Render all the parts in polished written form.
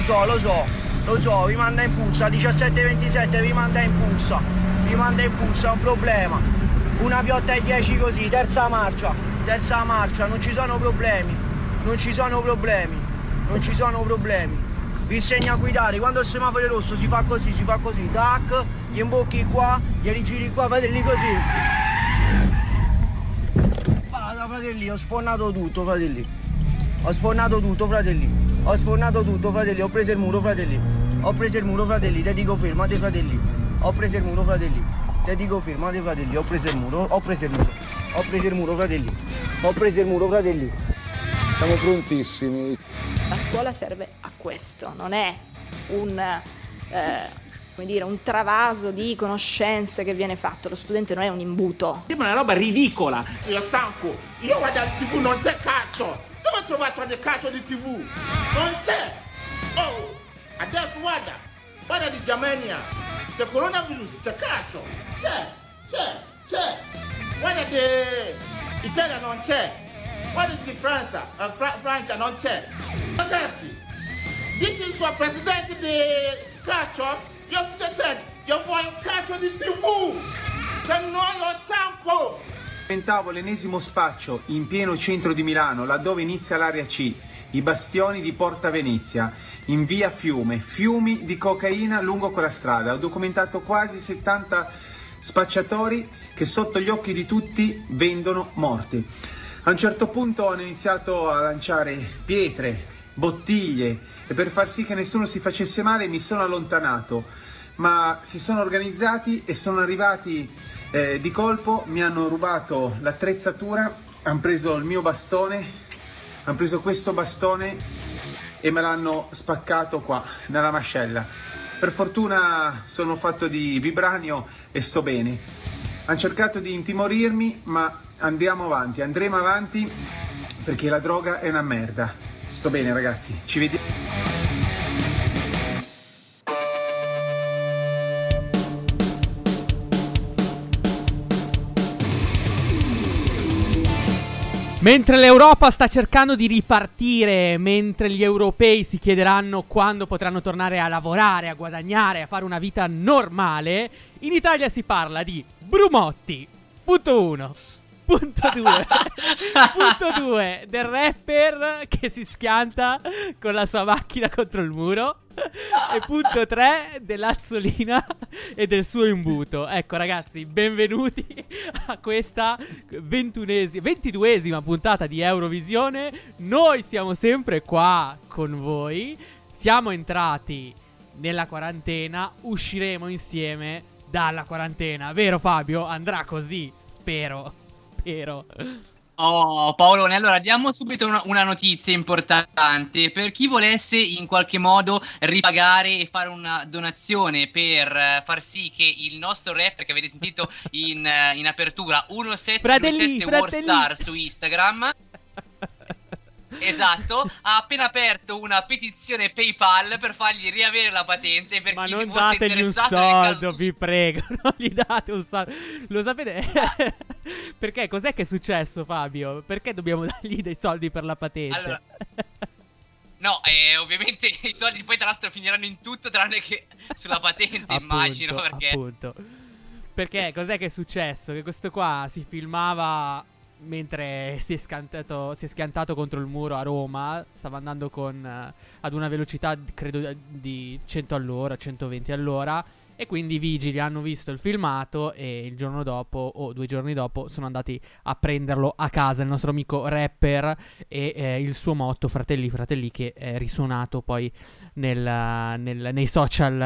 Lo so, vi manda in puzza, 17-27 vi manda in puzza, è un problema. Una piotta e 10 così, terza marcia, non ci sono problemi. Vi insegna a guidare, quando il semaforo è rosso si fa così, tac, gli imbocchi qua, gli rigiri qua, fratelli così. Vada fratelli, ho sfornato tutto fratelli, ho preso il muro fratelli, te dico fermate fratelli, ho preso il muro fratelli, Siamo prontissimi. La scuola serve a questo, non è un travaso di conoscenze che viene fatto. Lo studente non è un imbuto. Sembra una roba ridicola. Io stanco, io guardo al TV, non c'è calcio. Dove ho trovato il calcio di TV? Non c'è. Oh, adesso guarda di Germania, c'è coronavirus, c'è calcio. C'è. Guarda di Italia non c'è. Guarda di Francia, Francia non c'è. Ragazzi, dici il suo presidente di calcio, io voglio un calcio di TV, se no io stanco. Frequentavo l'ennesimo spaccio in pieno centro di Milano, laddove inizia l'area C, i bastioni di Porta Venezia, in via Fiume, fiumi di cocaina lungo quella strada. Ho documentato quasi 70 spacciatori che sotto gli occhi di tutti vendono morti. A un certo punto hanno iniziato a lanciare pietre, bottiglie e per far sì che nessuno si facesse male mi sono allontanato, ma si sono organizzati e sono arrivati di colpo, mi hanno rubato l'attrezzatura, hanno preso il mio bastone, hanno preso questo bastone e me l'hanno spaccato qua, nella mascella. Per fortuna sono fatto di vibranio e sto bene. Hanno cercato di intimorirmi, ma andremo avanti perché la droga è una merda. Sto bene ragazzi, ci vediamo. Mentre l'Europa sta cercando di ripartire, mentre gli europei si chiederanno quando potranno tornare a lavorare, a guadagnare, a fare una vita normale, in Italia si parla di Brumotti. Punto 1. Punto 2. Punto 2 del rapper che si schianta con la sua macchina contro il muro. E punto 3 dell'Azzolina e del suo imbuto. Ecco ragazzi, benvenuti a questa 22esima puntata di Eurovisione. Noi siamo sempre qua con voi. Siamo entrati nella quarantena, usciremo insieme dalla quarantena. Vero Fabio? Andrà così, spero. Oh Paolone, allora diamo subito una notizia importante per chi volesse in qualche modo ripagare e fare una donazione per far sì che il nostro rapper che avete sentito in apertura 1717 Warstar su Instagram esatto, ha appena aperto una petizione PayPal per fargli riavere la patente. Per ma chi non fosse dategli un soldo, vi prego, non gli date un soldo. Lo sapete? Perché cos'è che è successo, Fabio? Perché dobbiamo dargli dei soldi per la patente? Allora, no, ovviamente i soldi poi tra l'altro finiranno in tutto tranne che sulla patente, immagino, perché appunto. Perché cos'è che è successo? Che questo qua si filmava mentre si è schiantato contro il muro a Roma. Stava andando ad una velocità credo di 100 all'ora, 120 all'ora. E quindi i vigili hanno visto il filmato e il giorno dopo o 2 giorni dopo sono andati a prenderlo a casa, il nostro amico rapper, e il suo motto fratelli fratelli, che è risuonato poi nei social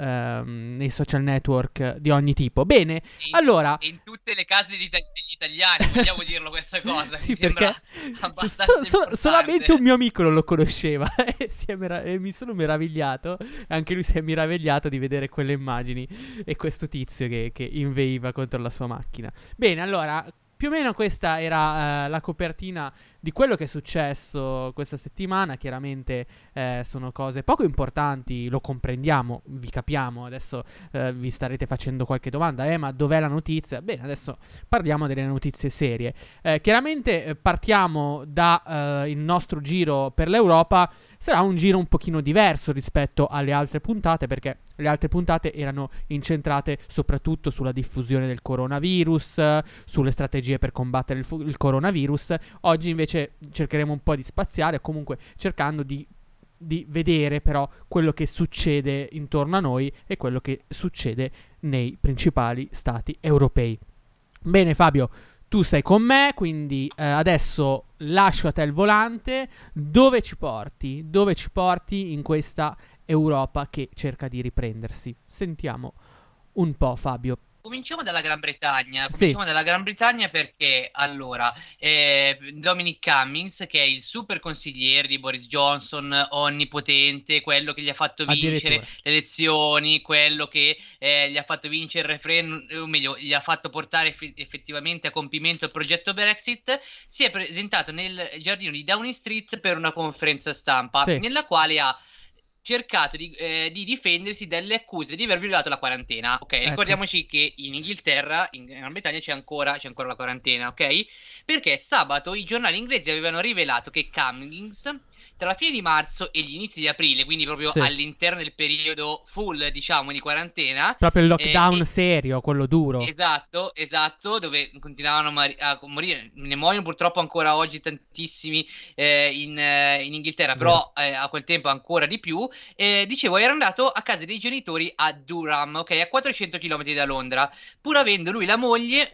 network di ogni tipo. Bene, allora in tutte le case degli italiani, vogliamo dirlo questa cosa. Sì, mi perché solamente un mio amico non lo conosceva e mi sono meravigliato, anche lui si è meravigliato di vedere quelle immagini e questo tizio che inveiva contro la sua macchina. Bene, allora più o meno questa era la copertina di quello che è successo questa settimana. Chiaramente sono cose poco importanti, lo comprendiamo, vi capiamo. Adesso vi starete facendo qualche domanda, ma dov'è la notizia? Bene, adesso parliamo delle notizie serie. Chiaramente partiamo da il nostro giro per l'Europa. Sarà un giro un pochino diverso rispetto alle altre puntate, perché le altre puntate erano incentrate soprattutto sulla diffusione del coronavirus, sulle strategie per combattere il coronavirus. Oggi invece cercheremo un po' di spaziare, comunque cercando di vedere però quello che succede intorno a noi e quello che succede nei principali stati europei. Bene Fabio, tu sei con me, quindi adesso lascio a te il volante. Dove ci porti? Dove ci porti in questa Europa che cerca di riprendersi? Sentiamo un po', Fabio. Cominciamo dalla Gran Bretagna. Sì. Cominciamo dalla Gran Bretagna perché, allora, Dominic Cummings, che è il super consigliere di Boris Johnson, onnipotente, quello che gli ha fatto vincere le elezioni, quello che gli ha fatto vincere il referendum, o meglio, gli ha fatto portare effettivamente a compimento il progetto Brexit, si è presentato nel giardino di Downing Street per una conferenza stampa, sì, nella quale ha cercato di difendersi dalle accuse di aver violato la quarantena. Ok, ecco. Ricordiamoci che in Inghilterra, in Gran Bretagna c'è ancora la quarantena, ok? Perché sabato i giornali inglesi avevano rivelato che Cummings, tra la fine di marzo e gli inizi di aprile, quindi proprio sì, all'interno del periodo full, diciamo, di quarantena, proprio il lockdown serio, quello duro. Esatto, dove continuavano a morire. Ne muoiono purtroppo ancora oggi tantissimi in Inghilterra, però a quel tempo ancora di più. Dicevo, era andato a casa dei genitori a Durham, ok, a 400 km da Londra, pur avendo lui e la moglie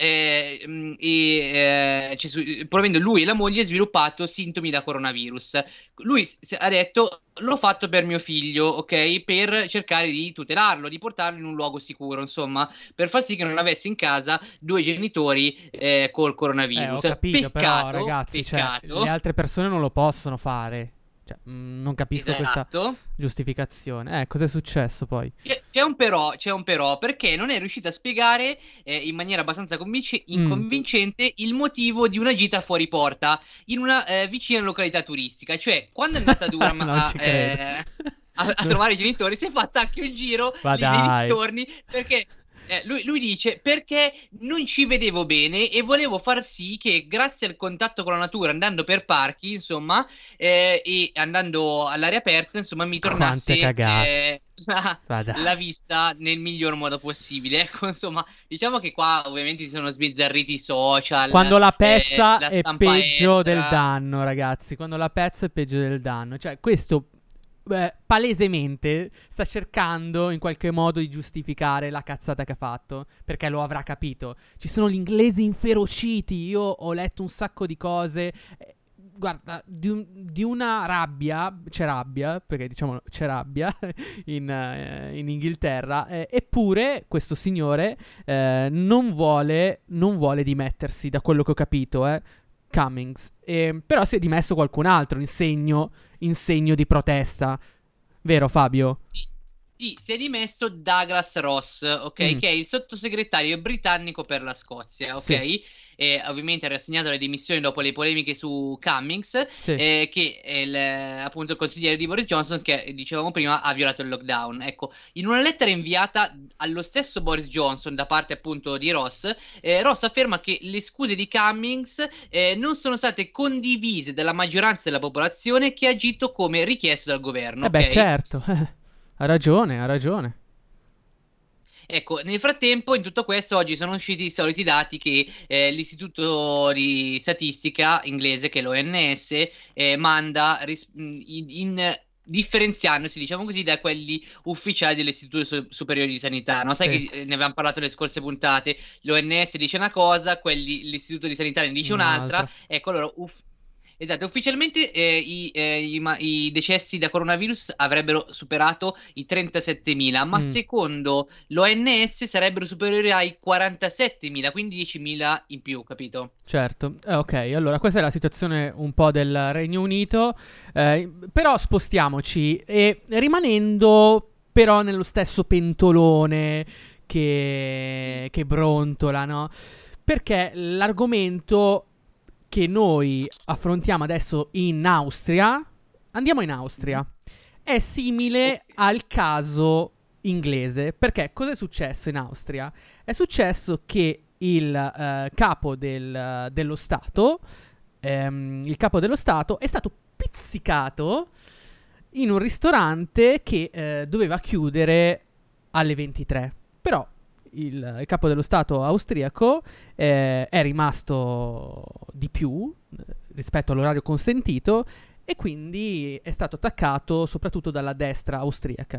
pur avendo lui e la moglie sviluppato sintomi da coronavirus. Lui ha detto: l'ho fatto per mio figlio, ok? Per cercare di tutelarlo, di portarlo in un luogo sicuro, insomma, per far sì che non avesse in casa due genitori col coronavirus. Ho capito, però Peccato, ragazzi, peccato. Cioè, le altre persone non lo possono fare. Cioè, non capisco questa Esatto. giustificazione. Cos'è successo poi? C'è un però, perché non è riuscito a spiegare in maniera abbastanza convincente il motivo di una gita fuori porta in una vicina località turistica. Cioè, quando è andata a Durham Non ci credo. a trovare i genitori, si è fatta anche un giro Ma lì nei dai. dintorni, perché lui dice: perché non ci vedevo bene e volevo far sì che, grazie al contatto con la natura, andando per parchi, insomma, e andando all'aria aperta, insomma, mi tornasse Quante cagate. Ma dai. la vista nel miglior modo possibile. Ecco, insomma, diciamo che qua ovviamente si sono sbizzarriti i social. Quando la pezza la è stampa peggio del estera. danno, ragazzi. Quando la pezza è peggio del danno. Cioè, questo palesemente sta cercando in qualche modo di giustificare la cazzata che ha fatto, perché lo avrà capito. Ci sono gli inglesi inferociti. Io ho letto un sacco di cose. Guarda, di una rabbia, c'è rabbia, perché diciamo c'è rabbia in Inghilterra, eppure questo signore non vuole dimettersi, da quello che ho capito, Cummings. Però si è dimesso qualcun altro in segno di protesta, vero Fabio? Sì, si è dimesso Douglas Ross, ok, che è il sottosegretario britannico per la Scozia, ok? Sì. Ovviamente ha rassegnato le dimissioni dopo le polemiche su Cummings, Sì. che è appunto il consigliere di Boris Johnson, che dicevamo prima ha violato il lockdown. Ecco, in una lettera inviata allo stesso Boris Johnson da parte appunto di Ross, Ross afferma che le scuse di Cummings non sono state condivise dalla maggioranza della popolazione, che ha agito come richiesto dal governo. Beh, ok? certo, ha ragione. Ecco, nel frattempo, in tutto questo, oggi sono usciti i soliti dati che l'istituto di statistica inglese, che è l'ONS, manda differenziandosi, diciamo così, da quelli ufficiali dell'Istituto Superiore di Sanità, no? Sai Sì. che ne avevamo parlato le scorse puntate, l'ONS dice una cosa, l'Istituto di Sanità ne dice un'altra. Ecco, allora, esatto, ufficialmente i decessi da coronavirus avrebbero superato i 37.000, ma secondo l'ONS sarebbero superiori ai 47.000, quindi 10.000 in più, capito? Certo, ok, allora questa è la situazione un po' del Regno Unito, però spostiamoci e rimanendo però nello stesso pentolone che brontola, no? perché l'argomento che noi affrontiamo adesso in Austria, andiamo in Austria, è simile al caso inglese. Perché cosa è successo in Austria? È successo che il capo dello Stato è stato pizzicato in un ristorante che doveva chiudere alle 23. Però il capo dello Stato austriaco è rimasto di più rispetto all'orario consentito e quindi è stato attaccato soprattutto dalla destra austriaca.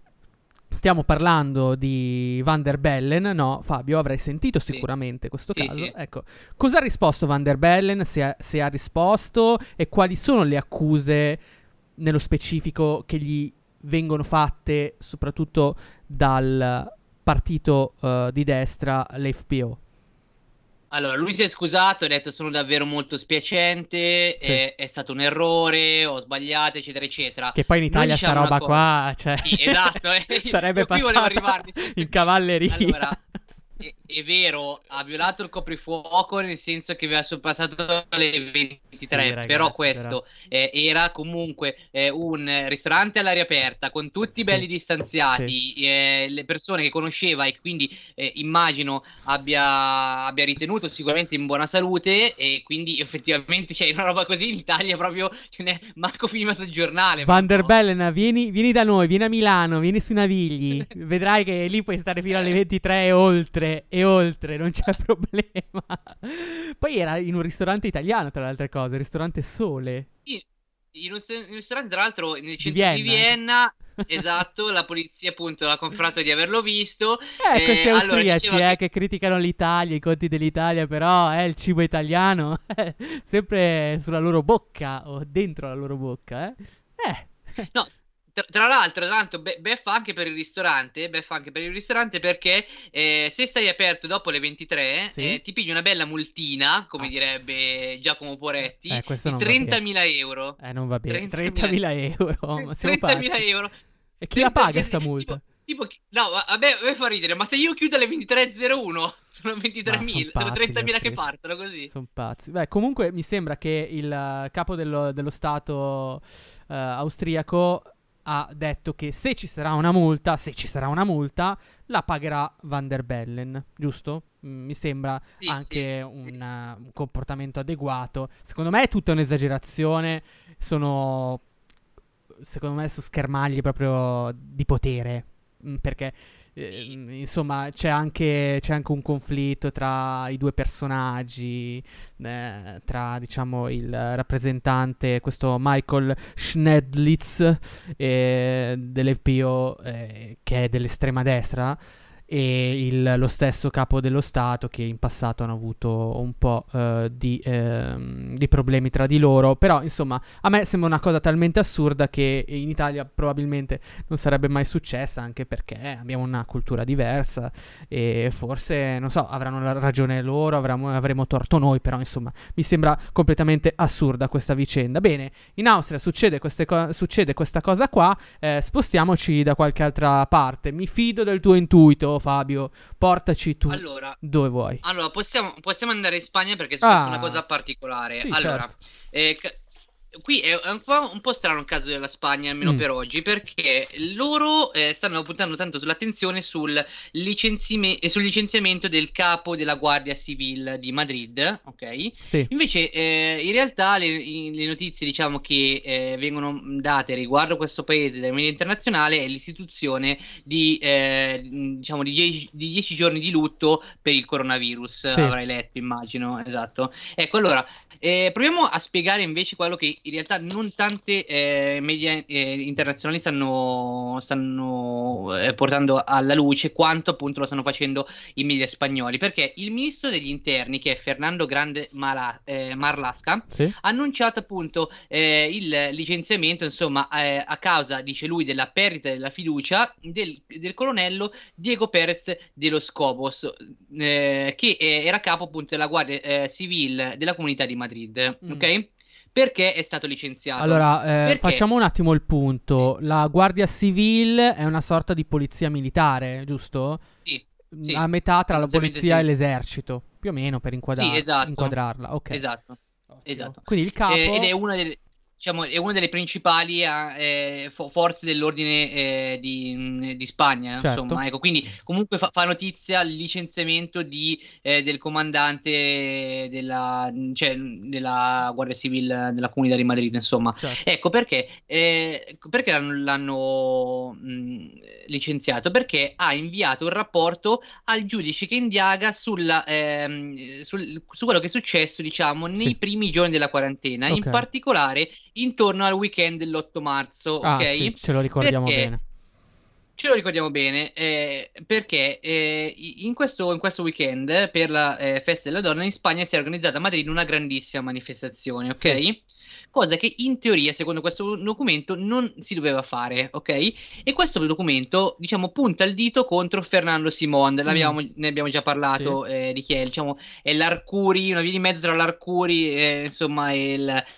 Stiamo parlando di Van der Bellen, no? Fabio, avrai sentito sicuramente questo caso. Sì. Ecco, cosa ha risposto Van der Bellen, se ha risposto, e quali sono le accuse nello specifico che gli vengono fatte soprattutto dal partito di destra, l'FPO? Allora, lui si è scusato, ha detto sono davvero molto spiacente, Sì. è stato un errore, ho sbagliato, eccetera, eccetera. Che poi in Italia Noi sta diciamo roba una cosa. qua, cioè, Sì, esatto, sarebbe io qui volevo passata arrivarci, sì. in cavalleria. Allora, è vero, ha violato il coprifuoco nel senso che aveva sorpassato le 23, Sì, ragazzi, però questo era comunque un ristorante all'aria aperta con tutti Sì, belli distanziati, le persone che conosceva e quindi immagino abbia ritenuto sicuramente in buona salute, e quindi effettivamente c'è una roba così in Italia proprio ce n'è manco prima sul giornale. Van der no? Bellen, vieni da noi, vieni a Milano, vieni sui Navigli. Vedrai che lì puoi stare fino alle 23 e oltre, non c'è problema. Poi era in un ristorante italiano, tra le altre cose, ristorante Sole. Sì, in un ristorante, tra l'altro, nel centro Vienna. di Vienna, esatto, la polizia appunto l'ha confrontato di averlo visto. Questi allora, austriaci diceva che criticano l'Italia, i conti dell'Italia, però il cibo italiano sempre sulla loro bocca o dentro la loro bocca, No, tra l'altro, beffa anche per il ristorante, perché se stai aperto dopo le 23, Sì. ti pigli una bella multina, come Ah, direbbe Giacomo Poretti, questo di non va bene. 30.000 euro. Non va bene. 30.000 30.000 euro, ma siamo 30.000 pazzi. euro. E chi la paga sta Tipo- multa? no, a me fa ridere, ma se io chiudo alle 23.01 sono 23.000, Ma sono son pazzi gli 30.000 che austriaci. partono così. Sono pazzi. Beh, comunque mi sembra che il capo dello Stato austriaco ha detto che se ci sarà una multa, la pagherà Van der Bellen, giusto? Mi sembra Sì, anche sì, un comportamento adeguato. Secondo me è tutta un'esagerazione. Sono, secondo me, su schermaglie proprio di potere. Perché insomma c'è anche un conflitto tra i due personaggi, tra diciamo il rappresentante, questo Michael Schnedlitz dell'FPO, che è dell'estrema destra, e lo stesso capo dello Stato, che in passato hanno avuto un po' di problemi tra di loro. Però insomma a me sembra una cosa talmente assurda che in Italia probabilmente non sarebbe mai successa, anche perché abbiamo una cultura diversa e forse, non so, avranno la ragione loro, avremo torto noi, però insomma mi sembra completamente assurda questa vicenda. Bene, in Austria succede questa cosa qua, spostiamoci da qualche altra parte. Mi fido del tuo intuito, Fabio, portaci tu Allora, dove vuoi. possiamo andare in Spagna perché è successa una cosa particolare. Sì, Allora, certo. qui è un po' strano il caso della Spagna, almeno per oggi, perché loro stanno puntando tanto sull'attenzione sul licenziamento del capo della Guardia Civil di Madrid, ok? Sì. Invece, in realtà, le notizie, diciamo, che vengono date riguardo questo paese dai media internazionali è l'istituzione di 10 giorni di lutto per il coronavirus. Sì. Avrai letto, immagino, esatto. Ecco, allora, proviamo a spiegare invece quello che in realtà non tante media internazionali stanno portando alla luce, quanto appunto lo stanno facendo i media spagnoli, perché il ministro degli interni, che è Fernando Grande Marlaska, Sì. ha annunciato appunto il licenziamento, insomma, a causa, dice lui, della perdita della fiducia del colonnello Diego Pérez de los Cobos, che era capo appunto della Guardia Civil della Comunità di Madrid, ok? Perché è stato licenziato? Allora, Perché? facciamo un attimo il punto. La Guardia Civil è una sorta di polizia militare, giusto? Sì. Sì, a metà tra la sostanzialmente polizia sì. e l'esercito, più o meno, per Sì, esatto. inquadrarla. Ok. Esatto. Ottimo. Esatto. Quindi il capo... Ed è una delle, diciamo, è una delle principali forze dell'ordine di Spagna, Certo. insomma, ecco, quindi comunque fa notizia il licenziamento del comandante della Guardia Civile della Comunità di Madrid, insomma. Certo. Ecco perché l'hanno licenziato? Perché ha inviato un rapporto al giudice che indaga su quello che è successo, diciamo, nei Sì. primi giorni della quarantena, in Ok. particolare intorno al weekend dell'8 marzo, ok? Sì, ce lo ricordiamo Perché- bene. Ce lo ricordiamo bene, perché in questo weekend, per la Festa della Donna, in Spagna si è organizzata a Madrid una grandissima manifestazione, ok? Sì. Cosa che in teoria, secondo questo documento, non si doveva fare, ok? E questo documento, diciamo, punta il dito contro Fernando Simón. Ne abbiamo già parlato, di chi è, diciamo, è l'Arcuri, una via di mezzo tra l'Arcuri, insomma, e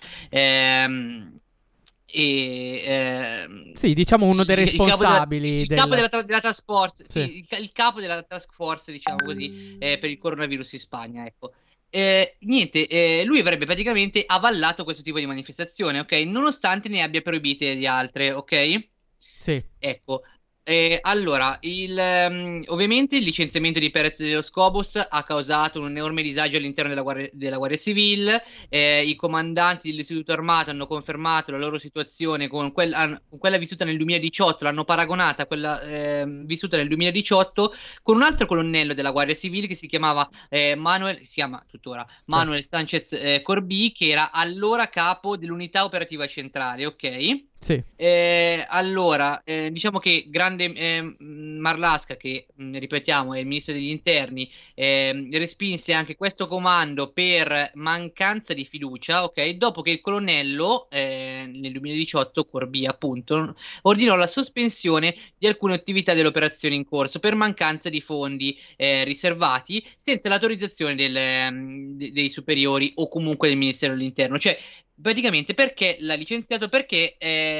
Sì, diciamo uno dei il capo responsabili il capo del... della task force, Sì. sì, il capo della task force, diciamo così, per il coronavirus in Spagna, ecco. Niente, lui avrebbe praticamente avallato questo tipo di manifestazione, ok? Nonostante ne abbia proibite le altre, ok? Sì. Ecco, allora, ovviamente il licenziamento di Pérez de los Cobos ha causato un enorme disagio all'interno della Guardia Civile. I comandanti dell'istituto armato hanno confermato la loro situazione con quella vissuta nel 2018, l'hanno paragonata a quella vissuta nel 2018 con un altro colonnello della Guardia Civile che si chiama si chiama tuttora Manuel Sánchez Corbí, che era allora capo dell'unità operativa centrale, ok? Sì. Allora, diciamo che grande Marlaska, che ripetiamo è il ministro degli interni, respinse anche questo comando per mancanza di fiducia, ok? Dopo che il colonnello nel 2018, Corbí appunto, ordinò la sospensione di alcune attività dell'operazione in corso per mancanza di fondi riservati senza l'autorizzazione dei superiori o comunque del Ministero dell'Interno. Cioè, praticamente perché l'ha licenziato? Perché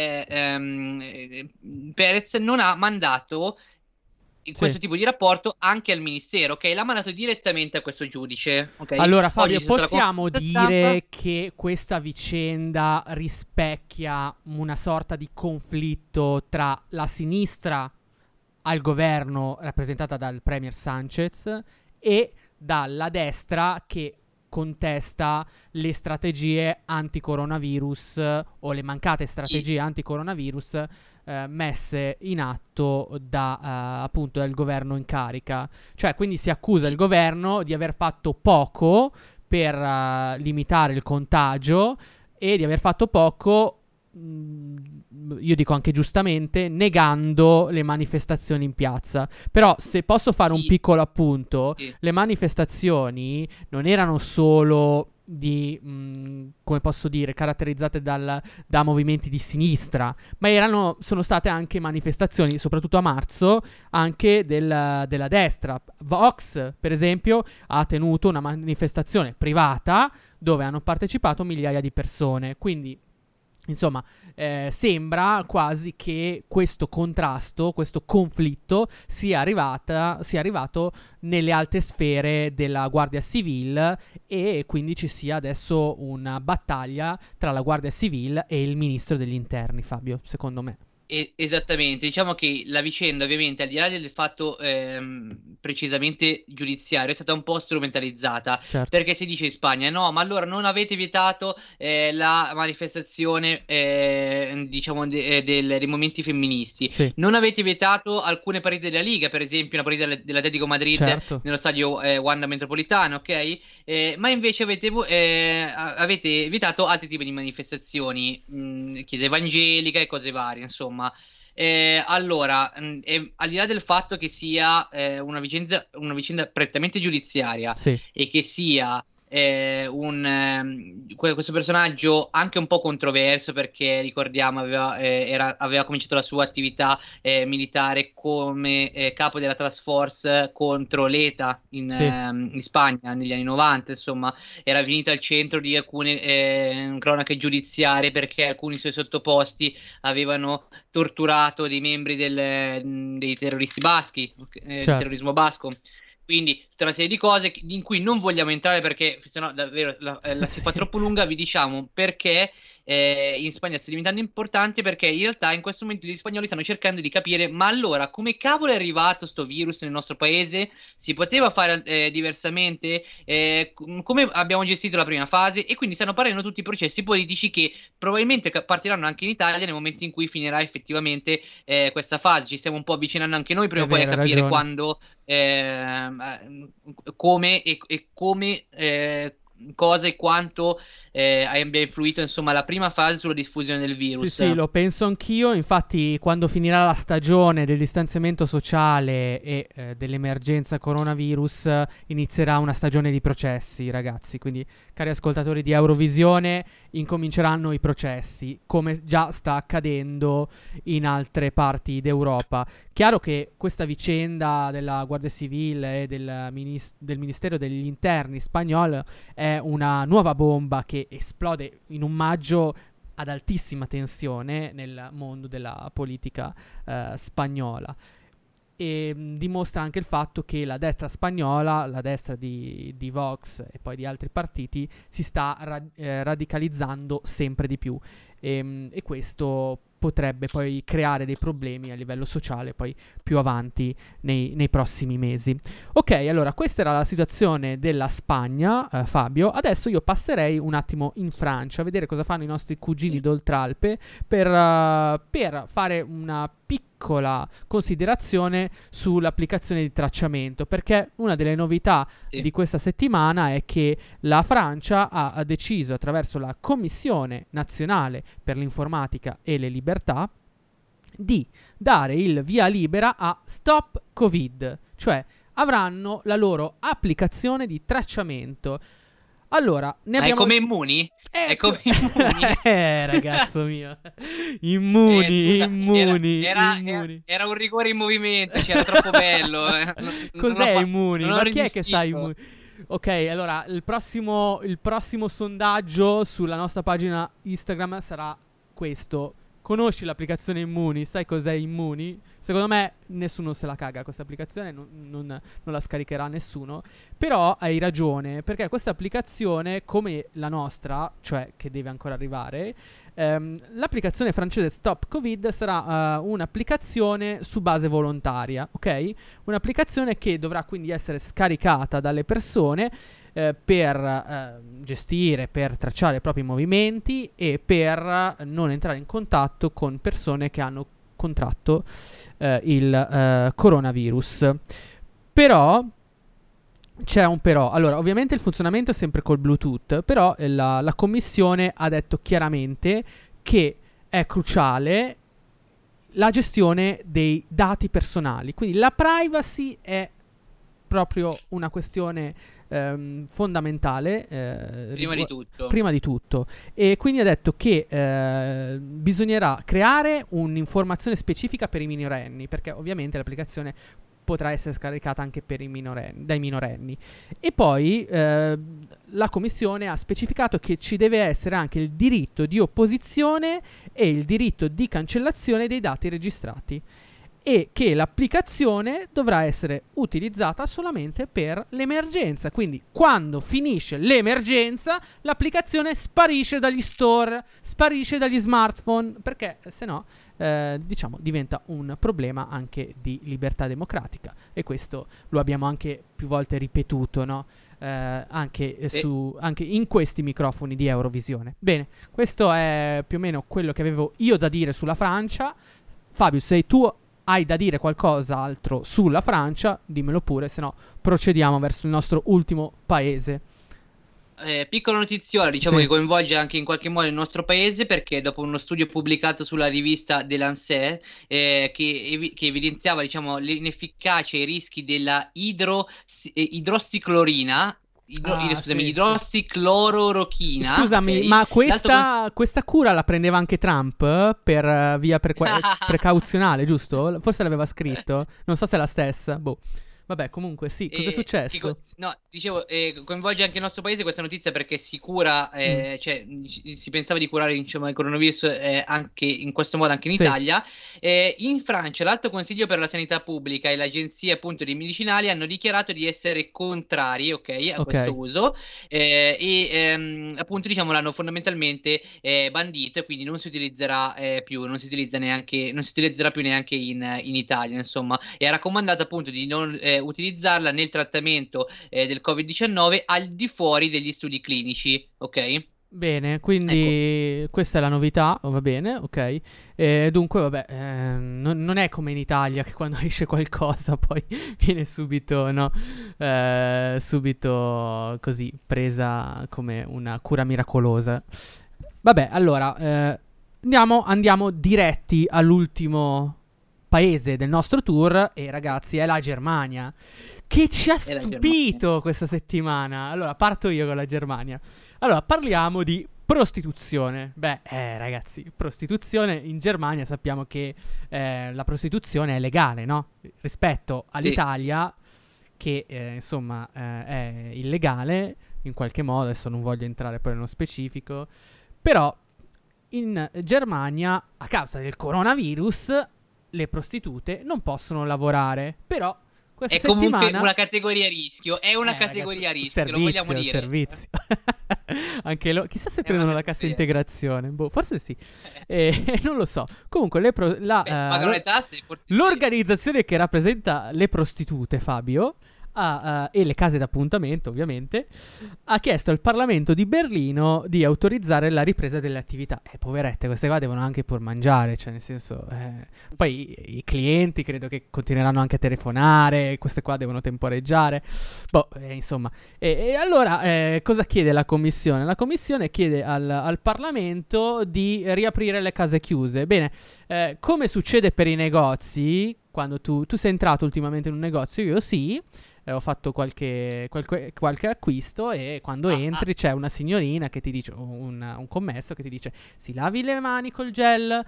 Perez non ha mandato questo tipo di rapporto anche al ministero, ok? L'ha mandato direttamente a questo giudice, ok? Allora, Oggi Fabio, c'è stata la possiamo conferenza dire stampa. che questa vicenda rispecchia una sorta di conflitto tra la sinistra al governo, rappresentata dal Premier Sánchez, e dalla destra che contesta le strategie anti-coronavirus o le mancate strategie anti-coronavirus messe in atto appunto dal governo in carica. Cioè, quindi si accusa il governo di aver fatto poco per limitare il contagio e di aver fatto poco, io dico anche giustamente, negando le manifestazioni in piazza. Però, se posso fare un piccolo appunto, le manifestazioni non erano solo come posso dire, caratterizzate da movimenti di sinistra, ma sono state anche manifestazioni, soprattutto a marzo, anche della destra. Vox, per esempio, ha tenuto una manifestazione privata dove hanno partecipato migliaia di persone. Quindi, insomma, sembra quasi che questo contrasto, questo conflitto sia arrivato nelle alte sfere della Guardia Civile e quindi ci sia adesso una battaglia tra la Guardia Civile e il Ministro degli Interni, Fabio, secondo me. Esattamente, diciamo che la vicenda ovviamente al di là del fatto precisamente giudiziario è stata un po' strumentalizzata, Certo. perché si dice in Spagna no, ma allora non avete vietato la manifestazione diciamo dei movimenti femministi, Sì. non avete vietato alcune partite della Liga, per esempio una partita dell'Atletico Madrid Certo. nello stadio Wanda Metropolitano, ok? Ma invece avete vietato altri tipi di manifestazioni, chiesa evangelica e cose varie, insomma. Allora, al di là del fatto che sia una vicenda prettamente giudiziaria Sì. e che sia questo personaggio anche un po' controverso, perché ricordiamo aveva cominciato la sua attività militare come capo della task force contro l'ETA in Spagna negli anni 90, insomma era finito al centro di alcune cronache giudiziarie perché alcuni suoi sottoposti avevano torturato dei membri dei terroristi baschi, del terrorismo basco. Quindi tutta una serie di cose in cui non vogliamo entrare perché sennò davvero la si fa troppo lunga. Vi diciamo perché in Spagna sta diventando importante, perché in realtà in questo momento gli spagnoli stanno cercando di capire: ma allora come cavolo è arrivato sto virus nel nostro paese? Si poteva fare diversamente? Come abbiamo gestito la prima fase? E quindi stanno parlando tutti i processi politici che probabilmente partiranno anche in Italia nel momento in cui finirà effettivamente questa fase. Ci stiamo un po' avvicinando anche noi prima o poi a capire quando, come e come cosa e quanto abbia influito, insomma, la prima fase sulla diffusione del virus. Sì, lo penso anch'io. Infatti, quando finirà la stagione del distanziamento sociale e dell'emergenza coronavirus, inizierà una stagione di processi, ragazzi. Quindi, cari ascoltatori di Eurovisione, incominceranno i processi, come già sta accadendo in altre parti d'Europa. Chiaro che questa vicenda della Guardia Civile e del Ministero degli Interni spagnolo è una nuova bomba che esplode in un maggio ad altissima tensione nel mondo della politica spagnola, e dimostra anche il fatto che la destra spagnola, la destra di Vox e poi di altri partiti, si sta radicalizzando sempre di più, e questo potrebbe poi creare dei problemi a livello sociale poi più avanti nei prossimi mesi. Ok, allora questa era la situazione della Spagna, Fabio. Adesso io passerei un attimo in Francia a vedere cosa fanno i nostri cugini d'Oltralpe per fare una piccola considerazione sull'applicazione di tracciamento, perché una delle novità di questa settimana è che la Francia ha deciso, attraverso la Commissione Nazionale per l'Informatica e le Libertà, di dare il via libera a Stop Covid, cioè avranno la loro applicazione di tracciamento. Allora, ne abbiamo... È come Immuni? È come Immuni? Ragazzo mio. Immuni. Era un rigore in movimento, era troppo bello. Cos'è Immuni? Ma chi è che sa Immuni? Ok, allora, il prossimo sondaggio sulla nostra pagina Instagram sarà questo. Conosci l'applicazione Immuni? Sai cos'è Immuni? Secondo me nessuno se la caga questa applicazione, non la scaricherà nessuno. Però hai ragione, perché questa applicazione, come la nostra, cioè che deve ancora arrivare, l'applicazione francese Stop Covid sarà un'applicazione su base volontaria, ok? Un'applicazione che dovrà quindi essere scaricata dalle persone per gestire, per tracciare i propri movimenti e per non entrare in contatto con persone che hanno contratto il coronavirus. Però c'è un però. Allora, ovviamente il funzionamento è sempre col Bluetooth, però la commissione ha detto chiaramente che è cruciale la gestione dei dati personali. Quindi la privacy è proprio una questione fondamentale, prima di tutto, e quindi ha detto che bisognerà creare un'informazione specifica per i minorenni, perché ovviamente l'applicazione potrà essere scaricata anche per dai minorenni. E poi la commissione ha specificato che ci deve essere anche il diritto di opposizione e il diritto di cancellazione dei dati registrati, e che l'applicazione dovrà essere utilizzata solamente per l'emergenza. Quindi quando finisce l'emergenza l'applicazione sparisce dagli store, sparisce dagli smartphone, perché se no diciamo diventa un problema anche di libertà democratica, e questo lo abbiamo anche più volte ripetuto, no? Anche in questi microfoni di Eurovisione. Bene, questo è più o meno quello che avevo io da dire sulla Francia. Fabio, sei tu hai da dire qualcos'altro sulla Francia, dimmelo pure, se no procediamo verso il nostro ultimo paese. Piccola notiziola, diciamo, che coinvolge anche in qualche modo il nostro paese, perché dopo uno studio pubblicato sulla rivista The Lancet che evidenziava, diciamo, l'inefficacia e i rischi della idrossiclorina, scusami, idrossiclororochina. Scusami, okay? ma questa cura la prendeva anche Trump per via precauzionale, giusto? Forse l'aveva scritto. Non so se è la stessa. Boh. Vabbè, comunque sì, cosa è successo? Dicevo, coinvolge anche il nostro paese questa notizia perché si cura, cioè si pensava di curare il coronavirus anche in questo modo anche in Italia. In Francia l'Alto Consiglio per la Sanità Pubblica e l'Agenzia appunto dei medicinali hanno dichiarato di essere contrari, a questo uso appunto diciamo l'hanno fondamentalmente bandito e quindi non si utilizzerà più, non si utilizzerà più neanche in Italia, insomma. E ha raccomandato appunto di non utilizzarla nel trattamento del Covid-19 al di fuori degli studi clinici, ok? Bene, quindi questa è la novità, va bene, ok. Dunque, vabbè, non è come in Italia che quando esce qualcosa poi viene subito, no? Subito così, presa come una cura miracolosa. Vabbè, allora, andiamo diretti all'ultimo paese del nostro tour e ragazzi è la Germania, che ci ha stupito questa settimana. Allora parto io con la Germania. Allora parliamo di prostituzione. Ragazzi, prostituzione in Germania sappiamo che la prostituzione è legale, no? Rispetto all'Italia che insomma è illegale in qualche modo. Adesso non voglio entrare poi nello specifico, però in Germania a causa del coronavirus le prostitute non possono lavorare, però questa settimana... comunque una categoria a rischio, categoria a rischio, servizio, lo vogliamo dire. Servizio. Anche chissà se prendono la cassa integrazione, forse sì, non lo so. Comunque pagano le tasse, forse l'organizzazione che rappresenta le prostitute, Fabio, e le case d'appuntamento ovviamente, ha chiesto al Parlamento di Berlino di autorizzare la ripresa delle attività. Poverette, queste qua devono anche pur mangiare, cioè nel senso poi i clienti credo che continueranno anche a telefonare, queste qua devono temporeggiare, insomma. E allora cosa chiede la Commissione? La Commissione chiede al Parlamento di riaprire le case chiuse. Bene, come succede per i negozi, quando tu sei entrato ultimamente in un negozio, io sì, ho fatto qualche acquisto e quando entri c'è una signorina che ti dice, un commesso che ti dice si lavi le mani col gel,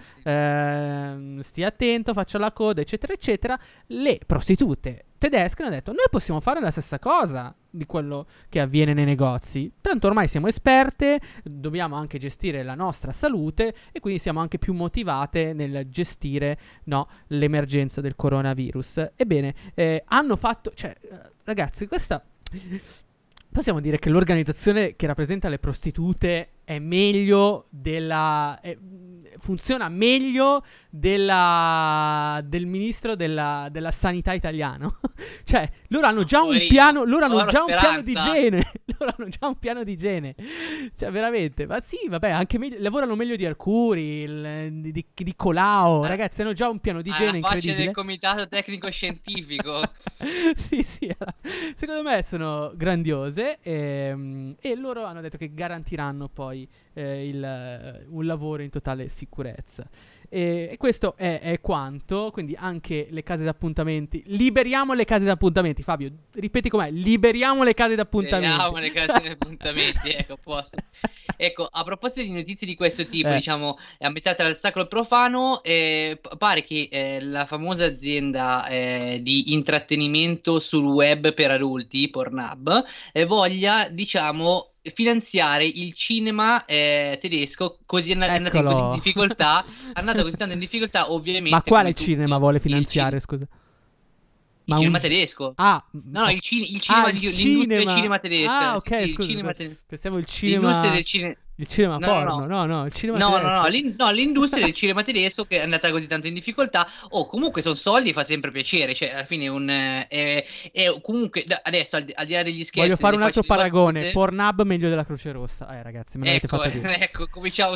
stia attento, faccia la coda, eccetera eccetera. Le prostitute tedesche hanno detto noi possiamo fare la stessa cosa di quello che avviene nei negozi, tanto ormai siamo esperte, dobbiamo anche gestire la nostra salute e quindi siamo anche più motivate nel gestire l'emergenza del coronavirus. Ebbene, hanno fatto, ragazzi, questa possiamo dire che l'organizzazione che rappresenta le prostitute è meglio funziona meglio del ministro della sanità italiano. Cioè, loro hanno già un piano, di igiene. Loro hanno già un piano di igiene. Cioè, veramente. Ma sì, vabbè, anche lavorano meglio di Arcuri, di Colau. Ragazzi, hanno già un piano di igiene incredibile. Faccia del comitato tecnico scientifico. Sì, secondo me sono grandiose e loro hanno detto che garantiranno poi un lavoro in totale sicurezza. E questo è quanto. Quindi anche le case d'appuntamenti. Liberiamo le case d'appuntamenti. Fabio, ripeti com'è. Liberiamo le case d'appuntamenti. Liberiamo le case d'appuntamenti. Ecco, posso. Ecco, a proposito di notizie di questo tipo, diciamo, a metà tra il sacro e il profano, pare che la famosa azienda di intrattenimento sul web per adulti, Pornhub, voglia, diciamo, finanziare il cinema tedesco, così è andato così in difficoltà. È andato così tanto in difficoltà, ovviamente. Ma quale cinema vuole finanziare, scusa? Il cinema tedesco? No, il cinema, l'industria del cinema tedesca. Ah, ok, sì, scusa. Pensavo il cinema. Il cinema porno, no, il cinema tedesco. L'industria del cinema tedesco che è andata così tanto in difficoltà. Comunque sono soldi, fa sempre piacere. Cioè, alla fine comunque adesso al di là degli scherzi. Voglio fare un altro paragone. Pornhub meglio della Croce Rossa. Ragazzi, me l'avete fatto dire. Ecco, cominciamo.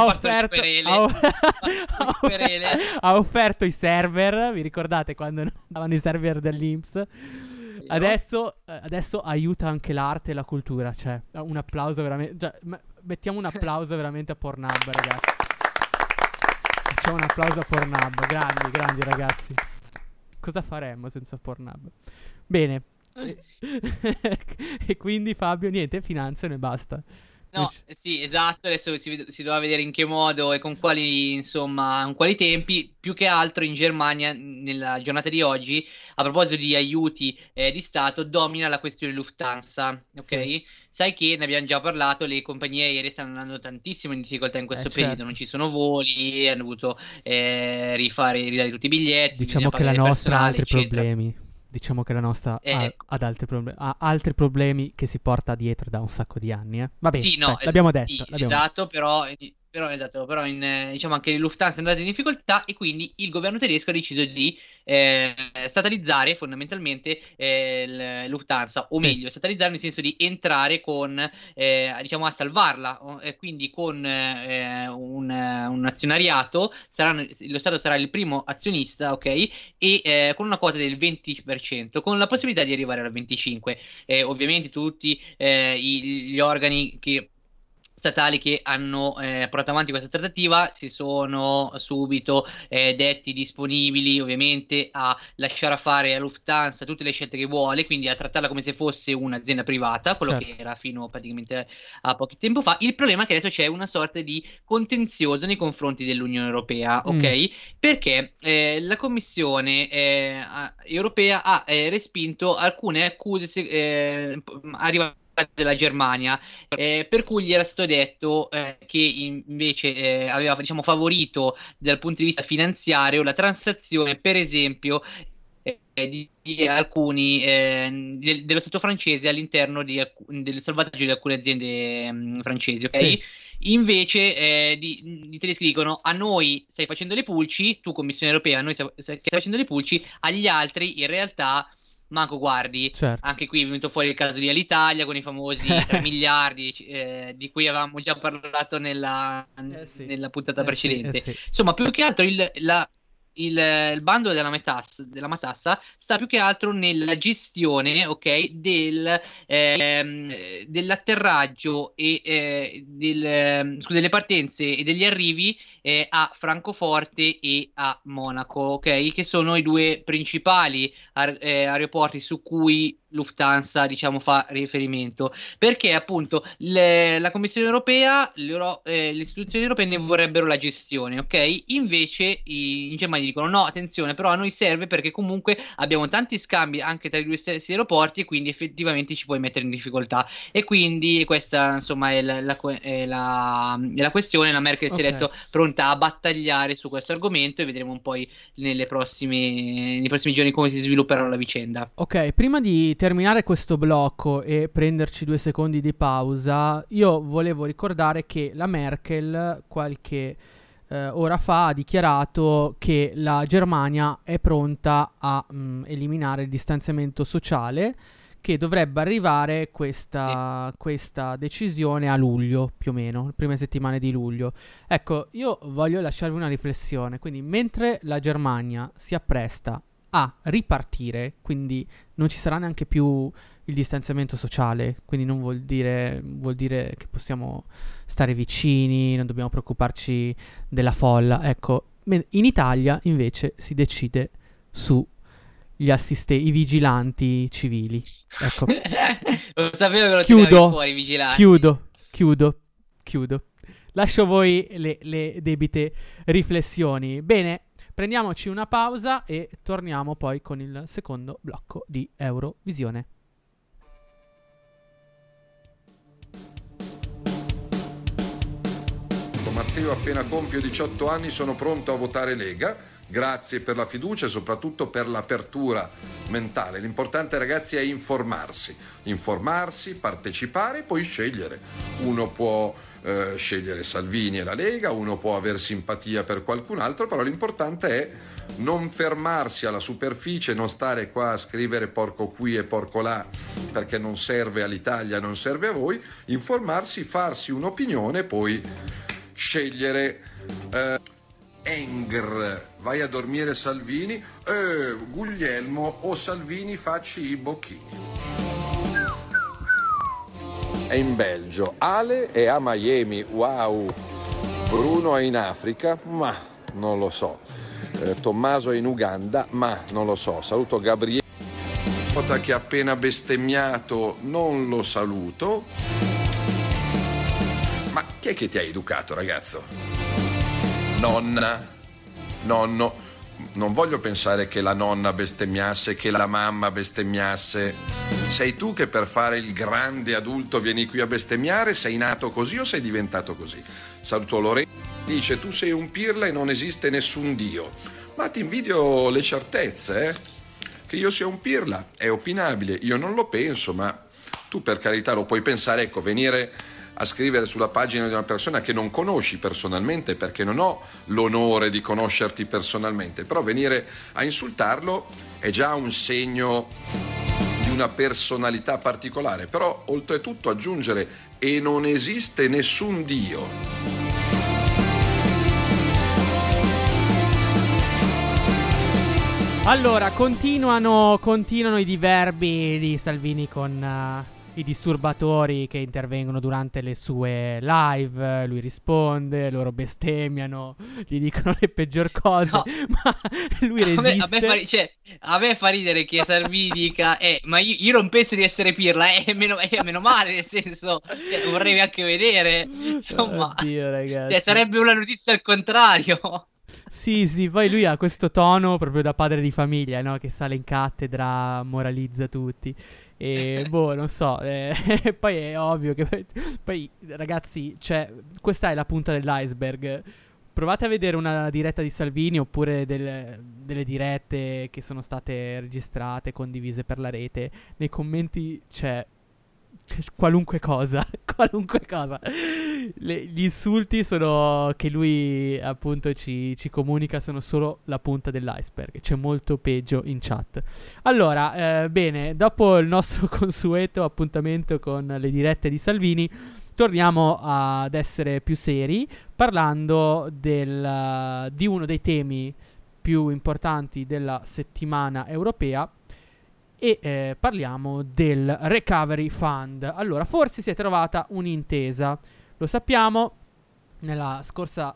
Ha offerto i server. Vi ricordate quando davano i server dell'INPS? Adesso aiuta anche l'arte e la cultura. Cioè, un applauso veramente. Mettiamo un applauso veramente a Pornhub, ragazzi. Facciamo un applauso a Pornhub. Grandi ragazzi. Cosa faremmo senza Pornhub? Bene, E quindi Fabio, niente, finanziano e basta. No, sì, esatto, adesso si dovrà vedere in che modo e con quali, insomma, con quali tempi. Più che altro in Germania, nella giornata di oggi, a proposito di aiuti di Stato, domina la questione Lufthansa, ok? Sì. Sai che ne abbiamo già parlato, le compagnie aeree stanno andando tantissimo in difficoltà in questo periodo, certo. non ci sono voli, hanno dovuto ridare tutti i biglietti, Diciamo bisogna che la pagare il nostra ha personale, altri eccetera. problemi. Diciamo che la nostra Ecco. ha altri problemi che si porta dietro da un sacco di anni. Va bene, Sì, no, dai, l'abbiamo sì, detto. esatto, però diciamo anche Lufthansa è andata in difficoltà e quindi il governo tedesco ha deciso di statalizzare fondamentalmente Lufthansa, o Sì. meglio, statalizzare nel senso di entrare con, diciamo, a salvarla, quindi con un azionariato, lo Stato sarà il primo azionista, ok? E con una quota del 20%, con la possibilità di arrivare al 25%. Ovviamente tutti gli organi statali che hanno portato avanti questa trattativa si sono subito detti disponibili ovviamente a lasciare fare a Lufthansa tutte le scelte che vuole, quindi a trattarla come se fosse un'azienda privata, quello Certo. che era fino praticamente a poco tempo fa. Il problema è che adesso c'è una sorta di contenzioso nei confronti dell'Unione Europea, ok? Perché la Commissione europea ha respinto alcune accuse arrivate della Germania, per cui gli era stato detto che invece aveva, diciamo, favorito dal punto di vista finanziario la transazione, per esempio, di alcuni dello Stato francese all'interno del salvataggio di alcune aziende francesi, ok? Sì. Invece i tedeschi dicono: a noi stai facendo le pulci, tu Commissione Europea, a noi stai facendo le pulci, agli altri in realtà manco guardi. Certo. Anche qui è venuto fuori il caso di Alitalia con i famosi 3 miliardi di cui avevamo già parlato nella puntata precedente. Sì. Insomma, più che altro il bando della matassa sta più che altro nella gestione, ok, dell'atterraggio e delle partenze e degli arrivi a Francoforte e a Monaco, ok, che sono i due principali aeroporti su cui Lufthansa, diciamo, fa riferimento, perché appunto la Commissione Europea, le istituzioni europee ne vorrebbero la gestione, ok? Invece in Germania dicono: no, attenzione, però a noi serve perché comunque abbiamo tanti scambi anche tra i due stessi aeroporti e quindi effettivamente ci puoi mettere in difficoltà. E quindi questa, insomma, è la questione. La Merkel si è Ok. detto pronta a battagliare su questo argomento e vedremo un po' nei prossimi giorni come si svilupperà la vicenda. Ok, prima di terminare questo blocco e prenderci 2 secondi di pausa, io volevo ricordare che la Merkel qualche ora fa ha dichiarato che la Germania è pronta a eliminare il distanziamento sociale, che dovrebbe arrivare questa decisione a luglio, più o meno, le prime settimane di luglio. Ecco, io voglio lasciarvi una riflessione, quindi mentre la Germania si appresta a ripartire, quindi non ci sarà neanche più il distanziamento sociale, quindi non vuol dire che possiamo stare vicini, non dobbiamo preoccuparci della folla. Ecco, in Italia invece si decide su i vigilanti civili. Ecco. Lo sapevo che lo tiravi fuori, i vigilanti. Chiudo. Lascio voi le debite riflessioni. Bene, prendiamoci una pausa e torniamo poi con il secondo blocco di Eurovisione. Matteo, appena compio 18 anni sono pronto a votare Lega. Grazie per la fiducia e soprattutto per l'apertura mentale. L'importante, ragazzi, è informarsi, partecipare e poi scegliere. Uno può scegliere Salvini e la Lega, uno può aver simpatia per qualcun altro, però l'importante è non fermarsi alla superficie, non stare qua a scrivere porco qui e porco là perché non serve all'Italia, non serve a voi. Informarsi, farsi un'opinione e poi scegliere. Engr, vai a dormire Salvini, Guglielmo o Salvini facci i bocchini. È in Belgio, Ale è a Miami, wow, Bruno è in Africa, ma non lo so, Tommaso è in Uganda, ma non lo so, saluto Gabriele idiota che ha appena bestemmiato non lo saluto. Ma chi è che ti ha educato, ragazzo? Nonna? Nonno? Non voglio pensare che la nonna bestemmiasse, che la mamma bestemmiasse. Sei tu che per fare il grande adulto vieni qui a bestemmiare? Sei nato così o sei diventato così? Saluto Lorenzo, dice: tu sei un pirla e non esiste nessun Dio. Ma ti invidio le certezze, Che io sia un pirla è opinabile, io non lo penso, ma tu per carità lo puoi pensare. Ecco, venire a scrivere sulla pagina di una persona che non conosci personalmente, perché non ho l'onore di conoscerti personalmente, però venire a insultarlo è già un segno di una personalità particolare. Però oltretutto aggiungere "e non esiste nessun Dio". Allora, continuano i diverbi di Salvini con i disturbatori che intervengono durante le sue live. Lui risponde, loro bestemmiano, gli dicono le peggior cose, No. ma lui resiste. A me fa ridere che Salvini dica ma io non penso di essere pirla, meno male, nel senso, vorrei anche vedere, insomma. Oddio, ragazzi. Sarebbe una notizia al contrario. Sì, poi lui ha questo tono proprio da padre di famiglia, no? Che sale in cattedra, moralizza tutti. E non so. Poi è ovvio che. Poi, ragazzi, questa è la punta dell'iceberg. Provate a vedere una diretta di Salvini oppure delle dirette che sono state registrate, condivise per la rete. Nei commenti c'è qualunque cosa. Gli insulti sono che lui appunto ci comunica, sono solo la punta dell'iceberg. C'è molto peggio in chat. Allora, bene, dopo il nostro consueto appuntamento con le dirette di Salvini, torniamo ad essere più seri, parlando di uno dei temi più importanti della settimana europea. E parliamo del Recovery Fund. Allora, forse si è trovata un'intesa. Lo sappiamo, nella scorsa,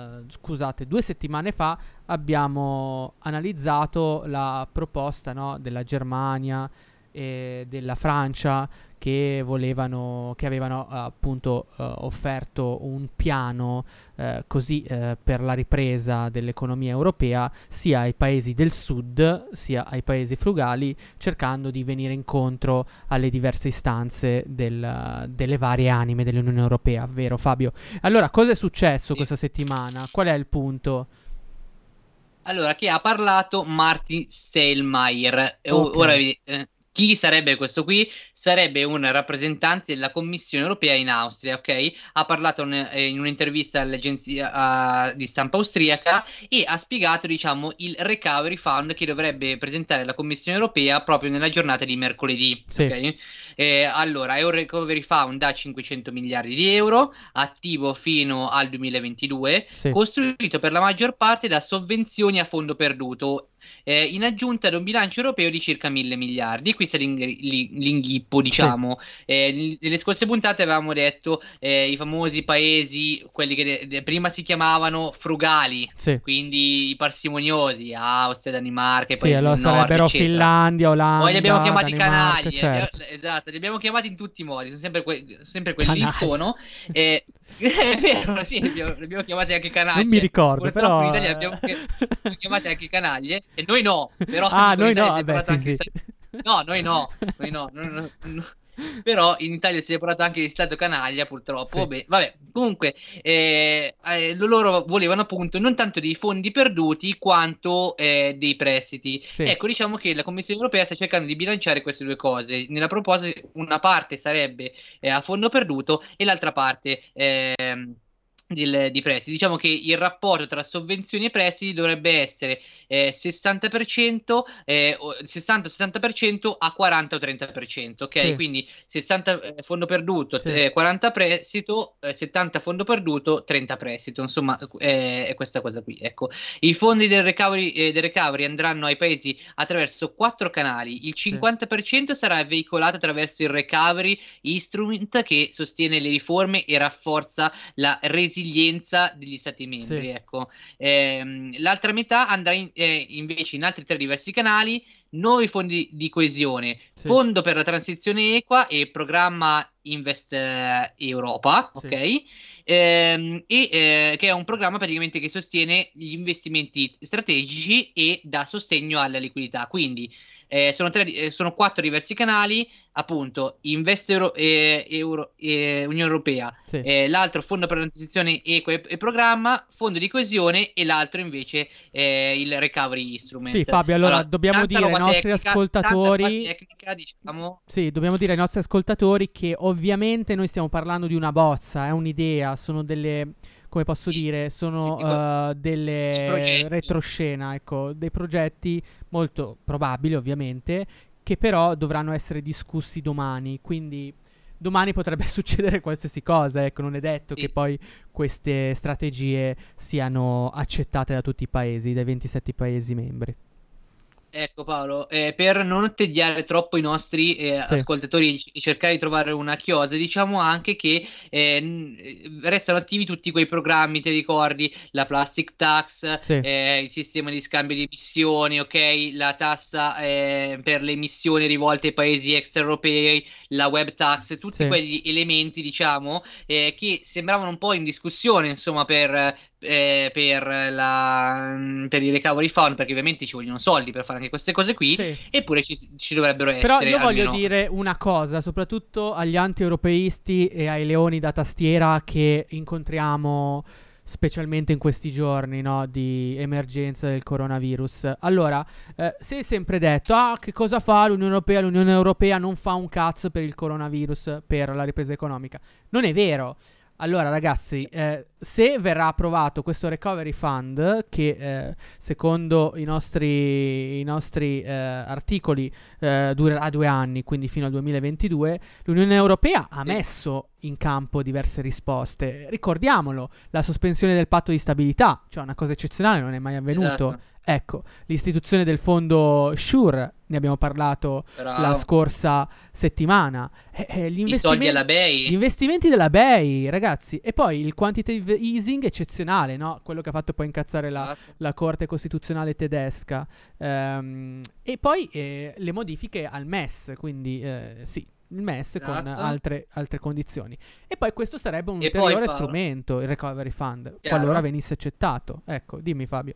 2 settimane fa abbiamo analizzato la proposta, no, della Germania e della Francia che avevano appunto offerto un piano così per la ripresa dell'economia europea, sia ai paesi del sud sia ai paesi frugali, cercando di venire incontro alle diverse istanze delle varie anime dell'Unione Europea, vero Fabio? Allora, cosa è successo questa settimana? Qual è il punto? Allora, che ha parlato Martin Selmayr. Ok. Ora, chi sarebbe questo qui? Sarebbe un rappresentante della Commissione Europea in Austria, ok? Ha parlato in un'intervista all'agenzia di stampa austriaca e ha spiegato, diciamo, il Recovery Fund che dovrebbe presentare la Commissione Europea proprio nella giornata di mercoledì, Sì. ok? Allora, è un Recovery Fund da 500 miliardi di euro, attivo fino al 2022, Sì. costruito per la maggior parte da sovvenzioni a fondo perduto, in aggiunta ad un bilancio europeo di circa 1.000 miliardi. Questo è l'inghippo, diciamo. Nelle scorse puntate avevamo detto i famosi paesi, quelli che prima si chiamavano frugali, Sì. quindi i parsimoniosi, Austria, Danimarca, i Sì, paesi allora del nord, sarebbero eccetera. Finlandia, Olanda, Poi li abbiamo chiamati Danimarca, canaglie, certo. esatto, li abbiamo chiamati in tutti i modi, sono sempre quelli lì Canaglie. sono. È vero, sì, li abbiamo chiamati anche canaglie. Non mi ricordo, Purtroppo però in Italia li abbiamo chiamati anche canaglie, e noi no, però Ah, tipo, noi in no, Italia si è vabbè, parlato sì, anche sì. No, noi no. Però in Italia si è parlato anche di stato canaglia, purtroppo. Sì. Vabbè, comunque loro volevano appunto non tanto dei fondi perduti quanto dei prestiti. Sì. Ecco, diciamo che la Commissione Europea sta cercando di bilanciare queste due cose. Nella proposta una parte sarebbe a fondo perduto e l'altra parte di prestiti. Diciamo che il rapporto tra sovvenzioni e prestiti dovrebbe essere 60%, 60-70% a 40 o 30%, ok? Sì. Quindi 60 fondo perduto, Sì. 40 prestito, 70 fondo perduto, 30 prestito, insomma è questa cosa qui, ecco. I fondi del recovery andranno ai paesi attraverso 4 canali, il 50% sarà veicolato attraverso il Recovery Instrument che sostiene le riforme e rafforza la resilienza degli stati membri, Sì. ecco. L'altra metà andrà invece in altri 3 diversi canali, nuovi fondi di coesione, Sì. fondo per la transizione equa e programma Invest Europa, Sì. ok? Che è un programma praticamente che sostiene gli investimenti strategici e dà sostegno alla liquidità. Quindi sono 4 diversi canali, appunto, Unione Europea, Sì. l'altro fondo per la transizione equa e programma, fondo di coesione, e l'altro invece il recovery instrument. Sì, Fabio, allora dobbiamo tanta dire ai roba nostri tecnica, ascoltatori, tanta roba tecnica, diciamo. sì, dobbiamo dire ai nostri ascoltatori che ovviamente noi stiamo parlando di una bozza, è un'idea, sono delle, come posso Sì, dire, sono sì, dei delle progetti. retroscena, ecco, dei progetti molto probabili ovviamente, che però dovranno essere discussi domani, quindi domani potrebbe succedere qualsiasi cosa, ecco, non è detto Sì. che poi queste strategie siano accettate da tutti i paesi, dai 27 paesi membri. Ecco Paolo, per non tediare troppo i nostri Sì. ascoltatori e cercare di trovare una chiosa, diciamo anche che restano attivi tutti quei programmi, ti ricordi, la plastic tax, Sì. il sistema di scambio di emissioni, ok, la tassa per le emissioni rivolte ai paesi extraeuropei, la web tax, tutti Sì. quegli elementi, diciamo, che sembravano un po' in discussione, insomma, per il recovery fund, perché ovviamente ci vogliono soldi per fare anche queste cose qui, Sì. eppure ci dovrebbero essere. Però io voglio almeno. dire una cosa, soprattutto agli anti-europeisti e ai leoni da tastiera che incontriamo specialmente in questi giorni, no, di emergenza del coronavirus. Allora, si è sempre detto, che cosa fa l'Unione Europea? L'Unione Europea non fa un cazzo per il coronavirus, per la ripresa economica. Non è vero. Allora ragazzi, se verrà approvato questo recovery fund, che secondo i nostri articoli durerà 2 anni, quindi fino al 2022, l'Unione Europea ha messo in campo diverse risposte. Ricordiamolo, la sospensione del patto di stabilità, cioè una cosa eccezionale, non è mai avvenuto. Esatto. Ecco, l'istituzione del fondo SURE, ne abbiamo parlato Bravo. la scorsa settimana. I soldi alla BEI. Gli investimenti della BEI, ragazzi. E poi il quantitative easing eccezionale, no? Quello che ha fatto poi incazzare Esatto. la Corte Costituzionale tedesca. E poi le modifiche al MES, quindi sì, il MES con Esatto. altre condizioni. E poi questo sarebbe un E poi, ulteriore Paolo, strumento, il recovery fund, chiaro, qualora venisse accettato. Ecco, dimmi Fabio.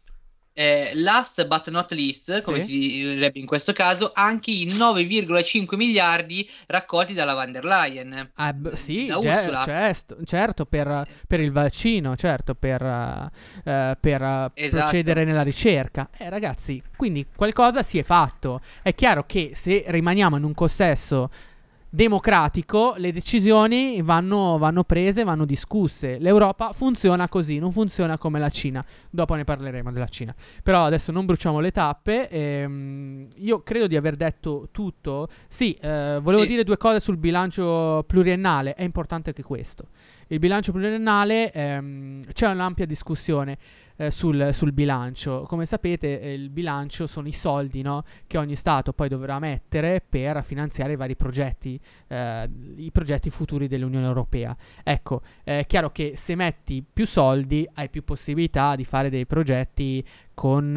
last but not least, come Sì. si direbbe in questo caso, anche i 9,5 miliardi raccolti dalla van der Leyen. Sì, da Ursula. certo, per il vaccino, certo, per Esatto. procedere nella ricerca. Ragazzi, quindi qualcosa si è fatto. È chiaro che se rimaniamo in un consesso democratico, le decisioni vanno prese, vanno discusse. L'Europa funziona così, non funziona come la Cina. Dopo ne parleremo della Cina. Però adesso non bruciamo le tappe. Io credo di aver detto tutto. Sì, volevo Sì. dire 2 cose sul bilancio pluriennale. È importante anche questo. Il bilancio pluriennale, c'è un'ampia discussione sul bilancio. Come sapete, il bilancio sono i soldi, no, che ogni Stato poi dovrà mettere per finanziare i vari progetti, i progetti futuri dell'Unione Europea. Ecco, è chiaro che se metti più soldi hai più possibilità di fare dei progetti con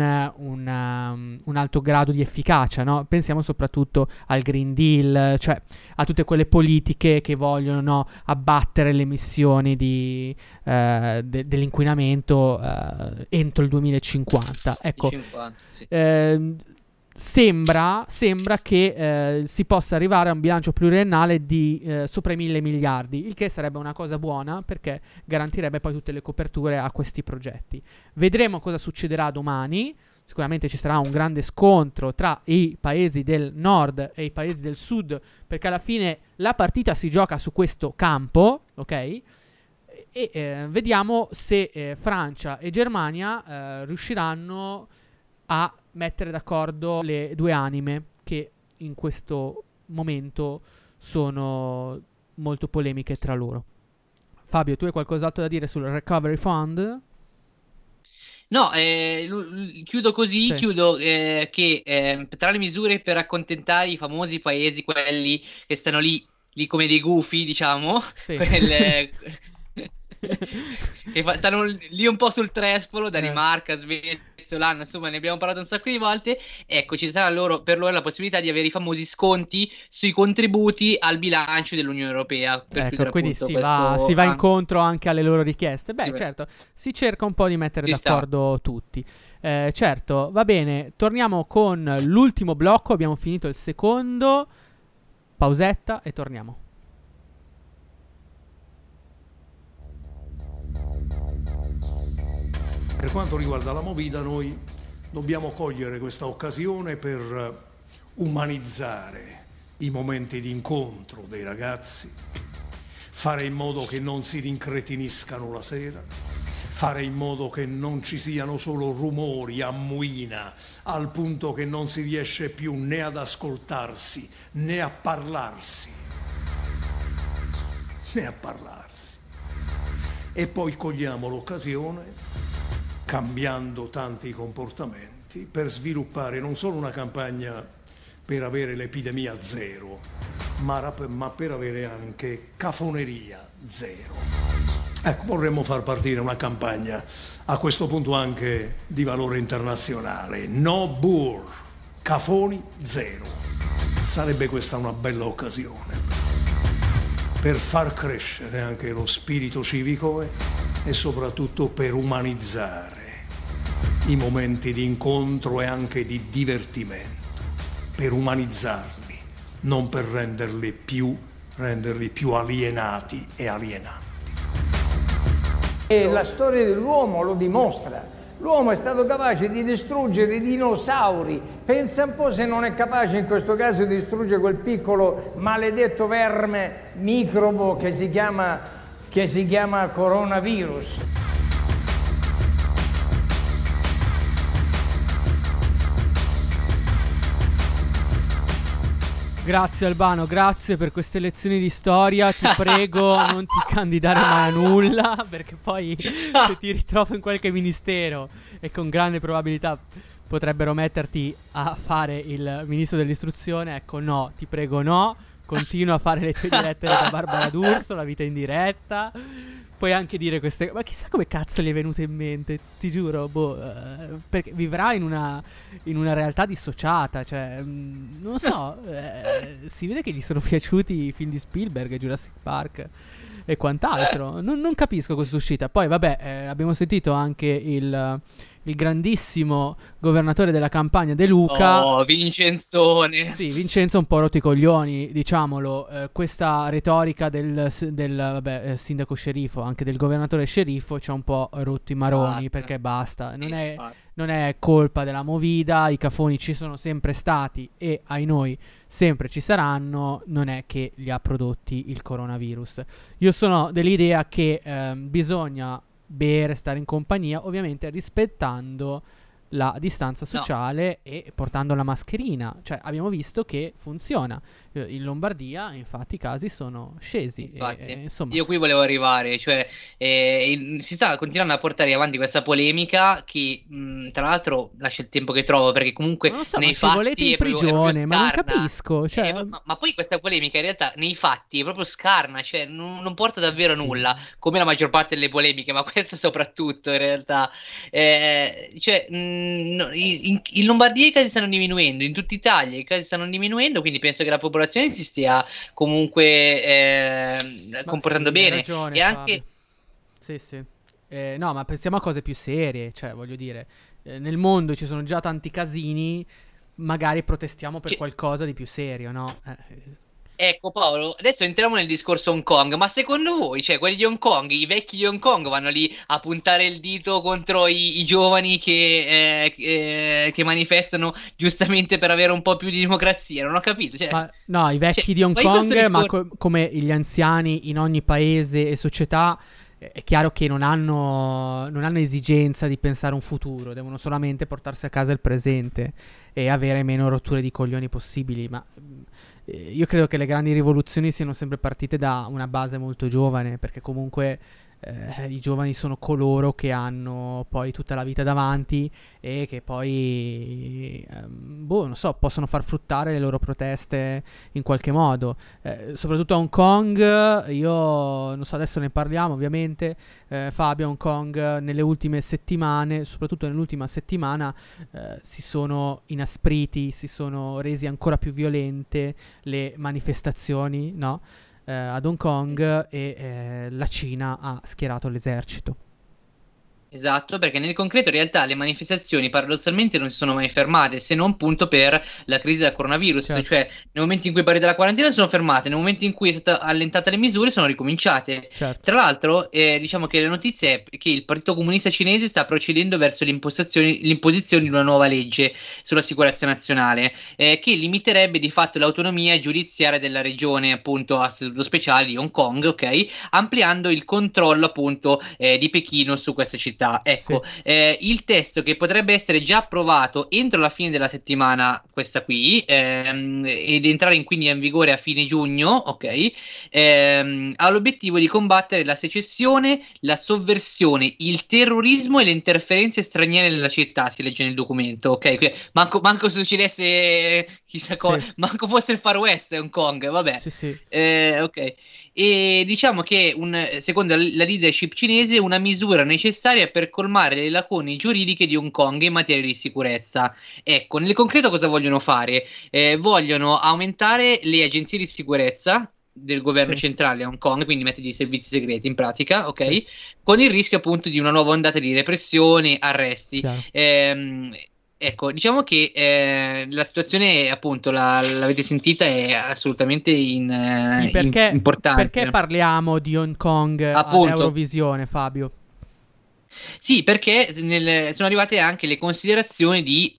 un alto grado di efficacia, no? Pensiamo soprattutto al Green Deal, cioè a tutte quelle politiche che vogliono, no, abbattere le emissioni dell'inquinamento entro il 2050. Ecco, 50, sì. sembra che si possa arrivare a un bilancio pluriennale di sopra i 1.000 miliardi, il che sarebbe una cosa buona perché garantirebbe poi tutte le coperture a questi progetti. Vedremo cosa succederà domani. Sicuramente ci sarà un grande scontro tra i paesi del nord e i paesi del sud, perché alla fine la partita si gioca su questo campo, ok? E vediamo se Francia e Germania riusciranno a mettere d'accordo le 2 anime che in questo momento sono molto polemiche tra loro. Fabio, tu hai qualcos'altro da dire sul Recovery Fund? No, chiudo così, Sì. chiudo che tra le misure per accontentare i famosi paesi, quelli che stanno lì come dei gufi, diciamo, Sì. che stanno lì un po' sul trespolo, Danimarca, Svezia, Venezolana, insomma ne abbiamo parlato un sacco di volte. Ecco, ci sarà per loro la possibilità di avere i famosi sconti sui contributi al bilancio dell'Unione Europea. Ecco, quindi si va incontro anche alle loro richieste. Beh, certo, si cerca un po' di mettere d'accordo tutti. Certo, va bene, torniamo con l'ultimo blocco, abbiamo finito il secondo, pausetta e torniamo. Per quanto riguarda la Movida, noi dobbiamo cogliere questa occasione per umanizzare i momenti di incontro dei ragazzi, fare in modo che non si rincretiniscano la sera, fare in modo che non ci siano solo rumori, ammuina, al punto che non si riesce più né ad ascoltarsi né a parlarsi. E poi cogliamo l'occasione, cambiando tanti comportamenti, per sviluppare non solo una campagna per avere l'epidemia zero, ma per avere anche cafoneria zero. Ecco, vorremmo far partire una campagna a questo punto anche di valore internazionale. No bur, cafoni zero. Sarebbe questa una bella occasione per far crescere anche lo spirito civico e soprattutto per umanizzare i momenti di incontro e anche di divertimento, per umanizzarli, non per renderli più alienati e alienanti. E la storia dell'uomo lo dimostra. L'uomo è stato capace di distruggere i dinosauri. Pensa un po' se non è capace in questo caso di distruggere quel piccolo maledetto verme microbo che si chiama coronavirus. Grazie Albano, grazie per queste lezioni di storia. Ti prego, non ti candidare mai a nulla, perché poi se ti ritrovo in qualche ministero e con grande probabilità potrebbero metterti a fare il ministro dell'istruzione, ecco no, ti prego no, continua a fare le tue dirette da Barbara D'Urso, la vita in diretta. Puoi anche dire queste... Ma chissà come cazzo gli è venuto in mente, ti giuro, perché vivrà in una realtà dissociata, cioè, non so, si vede che gli sono piaciuti i film di Spielberg, Jurassic Park e quant'altro. Non capisco questa uscita. Poi vabbè, abbiamo sentito anche il grandissimo governatore della Campania De Luca. Oh, Vincenzone. Sì, Vincenzo un po' rotto i coglioni, diciamolo. Questa retorica del sindaco sceriffo, anche del governatore sceriffo, ci ha un po' rotto i maroni, perché basta. Non è colpa della Movida, i cafoni ci sono sempre stati e ai noi sempre ci saranno, non è che li ha prodotti il coronavirus. Io sono dell'idea che bisogna bere, stare in compagnia, ovviamente rispettando la distanza sociale e portando la mascherina. Cioè abbiamo visto che funziona. In Lombardia infatti i casi sono scesi. Insomma. Io qui volevo arrivare, cioè si sta continuando a portare avanti questa polemica che tra l'altro lascia il tempo che trovo, perché comunque non so, nei ma fatti ci volete in prigione, ma non capisco, cioè... ma poi questa polemica in realtà nei fatti è proprio scarna, cioè non porta davvero nulla, come la maggior parte delle polemiche, ma questa soprattutto in realtà cioè in Lombardia i casi stanno diminuendo, in tutta Italia i casi stanno diminuendo, quindi penso che la popolazione si stia comunque comportando bene. Ragione, e anche sì. No, ma pensiamo a cose più serie, cioè voglio dire, nel mondo ci sono già tanti casini, magari protestiamo per qualcosa di più serio, no? Ecco Paolo, adesso entriamo nel discorso Hong Kong, ma secondo voi, cioè quelli di Hong Kong, i vecchi di Hong Kong vanno lì a puntare il dito contro i giovani che manifestano giustamente per avere un po' più di democrazia? Non ho capito. Cioè, no, i vecchi di Hong Kong, ma come gli anziani in ogni paese e società, è chiaro che non hanno esigenza di pensare un futuro, devono solamente portarsi a casa il presente e avere meno rotture di coglioni possibili, ma... Io credo che le grandi rivoluzioni siano sempre partite da una base molto giovane, perché comunque i giovani sono coloro che hanno poi tutta la vita davanti e che poi non so, possono far fruttare le loro proteste in qualche modo, soprattutto a Hong Kong. Io non so, adesso ne parliamo ovviamente, Fabio. A Hong Kong nelle ultime settimane, soprattutto nell'ultima settimana, si sono inaspriti, si sono resi ancora più violente le manifestazioni, no? Ad Hong Kong, e la Cina ha schierato l'esercito. Esatto, perché nel concreto in realtà le manifestazioni paradossalmente non si sono mai fermate, se non appunto per la crisi del coronavirus. Certo. Cioè nel momento in cui parli della quarantena sono fermate, nel momento in cui è stata allentata le misure sono ricominciate. Certo. Tra l'altro diciamo che la notizia è che il Partito Comunista Cinese sta procedendo verso l'imposizione di una nuova legge sulla sicurezza nazionale, che limiterebbe di fatto l'autonomia giudiziaria della regione appunto a statuto speciale di Hong Kong, ok? Ampliando il controllo appunto di Pechino su questa città. Ecco, sì. Il testo, che potrebbe essere già approvato entro la fine della settimana questa qui, ed entrare quindi in vigore a fine giugno, ok? Ha l'obiettivo di combattere la secessione, la sovversione, il terrorismo e le interferenze straniere nella città, si legge nel documento, ok? Manco succedesse chissà cosa, sì. Manco fosse il Far West Hong Kong, vabbè. Sì, sì. Ok. E diciamo che secondo la leadership cinese una misura necessaria per colmare le lacune giuridiche di Hong Kong in materia di sicurezza. Ecco, nel concreto cosa vogliono fare? Vogliono aumentare le agenzie di sicurezza del governo centrale a Hong Kong, quindi metodi di servizi segreti in pratica, ok? Sì. Con il rischio appunto di una nuova ondata di repressione, arresti. Ecco, diciamo che la situazione, appunto, l'avete sentita, è assolutamente importante. Perché parliamo di Hong Kong all'Eurovisione, Fabio? Sì, perché sono arrivate anche le considerazioni di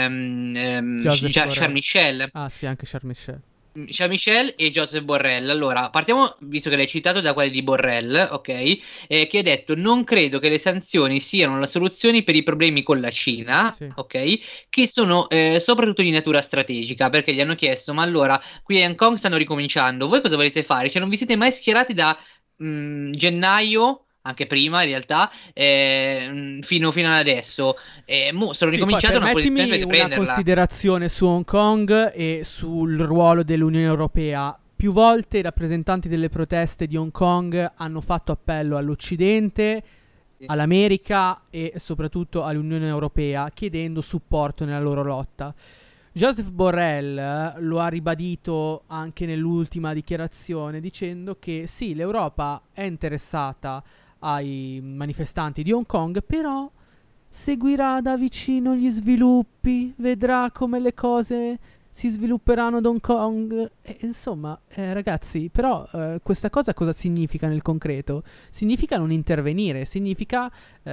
Charles Michel. Ah sì, anche Charles Michel e Joseph Borrell. Allora, partiamo, visto che l'hai citato, da quelle di Borrell, ok? Che ha detto: non credo che le sanzioni siano la soluzione per i problemi con la Cina, sì. Ok? Che sono soprattutto di natura strategica, perché gli hanno chiesto: ma allora, qui a Hong Kong stanno ricominciando, voi cosa volete fare? Cioè non vi siete mai schierati da gennaio, anche prima in realtà, fino ad adesso, sono ricominciato una posizione per prenderla. Una considerazione su Hong Kong e sul ruolo dell'Unione Europea. Più volte i rappresentanti delle proteste di Hong Kong hanno fatto appello all'Occidente, all'America e soprattutto all'Unione Europea, chiedendo supporto nella loro lotta. Joseph Borrell lo ha ribadito anche nell'ultima dichiarazione, dicendo che sì, l'Europa è interessata ai manifestanti di Hong Kong, però seguirà da vicino gli sviluppi, vedrà come le cose si svilupperanno ad Hong Kong. Insomma, ragazzi, però questa cosa significa nel concreto? Significa non intervenire, significa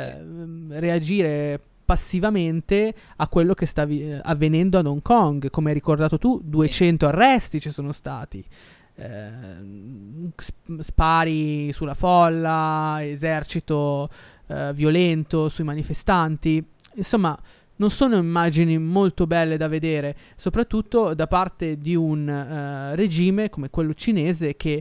reagire passivamente a quello che sta avvenendo ad Hong Kong. Come hai ricordato tu, 200 arresti ci sono stati. Spari sulla folla, esercito violento sui manifestanti. Insomma, non sono immagini molto belle da vedere, soprattutto da parte di un regime come quello cinese che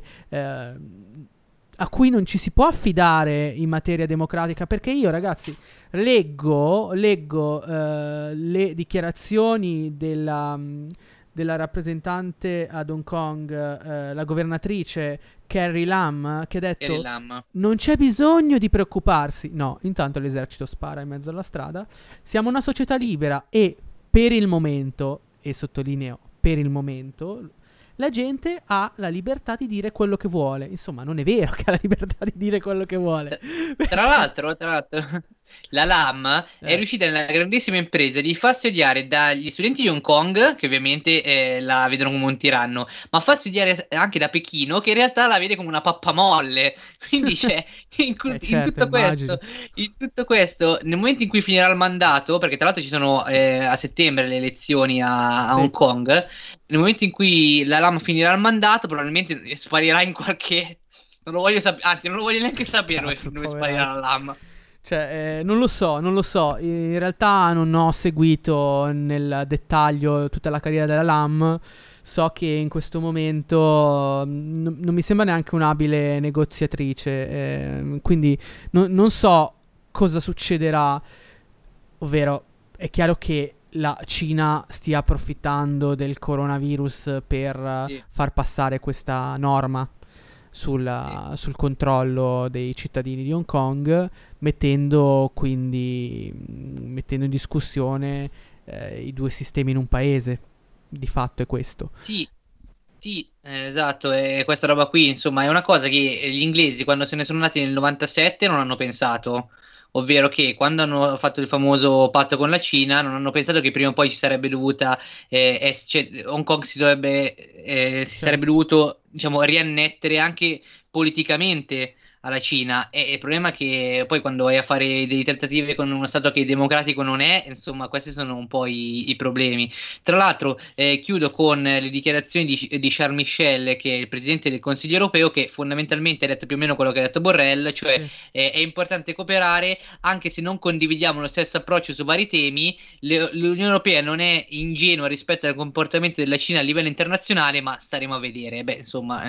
a cui non ci si può affidare in materia democratica. Perché io, ragazzi, leggo le dichiarazioni della rappresentante ad Hong Kong, la governatrice Carrie Lam, che ha detto: non c'è bisogno di preoccuparsi. No, intanto l'esercito spara in mezzo alla strada. Siamo una società libera e per il momento, e sottolineo per il momento, la gente ha la libertà di dire quello che vuole. Insomma, non è vero che ha la libertà di dire quello che vuole. Tra l'altro la Lam è riuscita nella grandissima impresa di farsi odiare dagli studenti di Hong Kong, che ovviamente la vedono come un tiranno, ma farsi odiare anche da Pechino, che in realtà la vede come una pappamolle. Quindi c'è in tutto questo, nel momento in cui finirà il mandato, perché tra l'altro ci sono a settembre le elezioni a Hong Kong, nel momento in cui la Lam finirà il mandato, probabilmente sparirà in qualche... non lo voglio sapere, anzi non lo voglio neanche sapere dove sparirà la Lam. Cioè, non lo so. In realtà non ho seguito nel dettaglio tutta la carriera della Lam. so che in questo momento non mi sembra neanche un'abile negoziatrice, quindi non so cosa succederà, ovvero è chiaro che la Cina stia approfittando del coronavirus per far passare questa norma sul controllo dei cittadini di Hong Kong, mettendo in discussione i due sistemi in un paese. Di fatto è questo. Sì, esatto, e questa roba qui, insomma, è una cosa che gli inglesi, quando se ne sono andati nel 97, non hanno pensato. Ovvero che quando hanno fatto il famoso patto con la Cina non hanno pensato che prima o poi ci sarebbe dovuta Hong Kong si sarebbe dovuto, diciamo, riannettere anche politicamente alla Cina, e il problema è che poi quando vai a fare delle trattative con uno stato che democratico non è, insomma, questi sono un po' i problemi. Tra l'altro chiudo con le dichiarazioni di Charles Michel, che è il presidente del Consiglio europeo, che fondamentalmente ha detto più o meno quello che ha detto Borrell, cioè è importante cooperare anche se non condividiamo lo stesso approccio su vari temi. L'Unione Europea non è ingenua rispetto al comportamento della Cina a livello internazionale, ma staremo a vedere. Beh, insomma,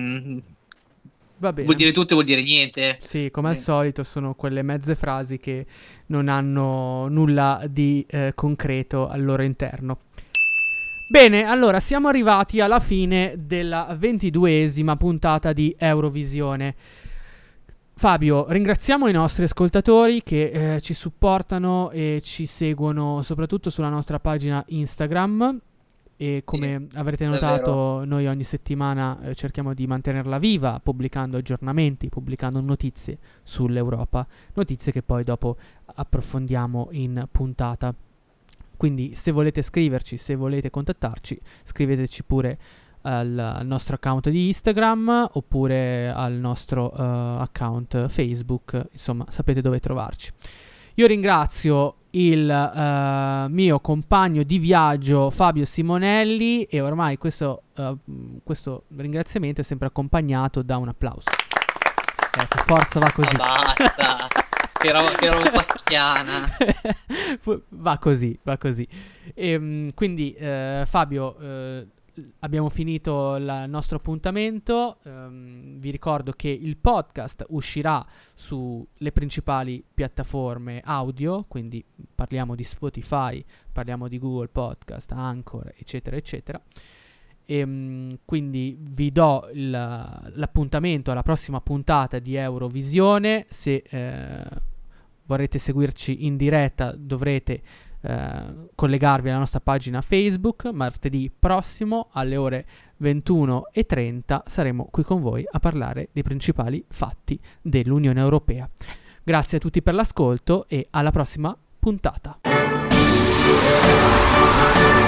va bene. Vuol dire tutto e vuol dire niente. Sì, come al solito sono quelle mezze frasi che non hanno nulla di concreto al loro interno. Bene, allora siamo arrivati alla fine della 22esima puntata di Eurovisione. Fabio, ringraziamo i nostri ascoltatori che ci supportano e ci seguono soprattutto sulla nostra pagina Instagram. E come avrete notato, noi ogni settimana cerchiamo di mantenerla viva, pubblicando aggiornamenti, pubblicando notizie sull'Europa, notizie che poi dopo approfondiamo in puntata. Quindi se volete scriverci, se volete contattarci, scriveteci pure al nostro account di Instagram oppure al nostro account Facebook, insomma sapete dove trovarci. Io ringrazio il mio compagno di viaggio Fabio Simonelli, e ormai questo ringraziamento è sempre accompagnato da un applauso. Ecco, forza, va così. Basta, che roba pacchiana. Va così. Quindi Fabio, abbiamo finito il nostro appuntamento. Vi ricordo che il podcast uscirà sulle principali piattaforme audio, quindi parliamo di Spotify, parliamo di Google Podcast, Anchor, eccetera eccetera. Quindi vi do l'appuntamento alla prossima puntata di Eurovisione. Se vorrete seguirci in diretta dovrete collegarvi alla nostra pagina Facebook. Martedì prossimo alle ore 21:30 saremo qui con voi a parlare dei principali fatti dell'Unione Europea. Grazie a tutti per l'ascolto e alla prossima puntata.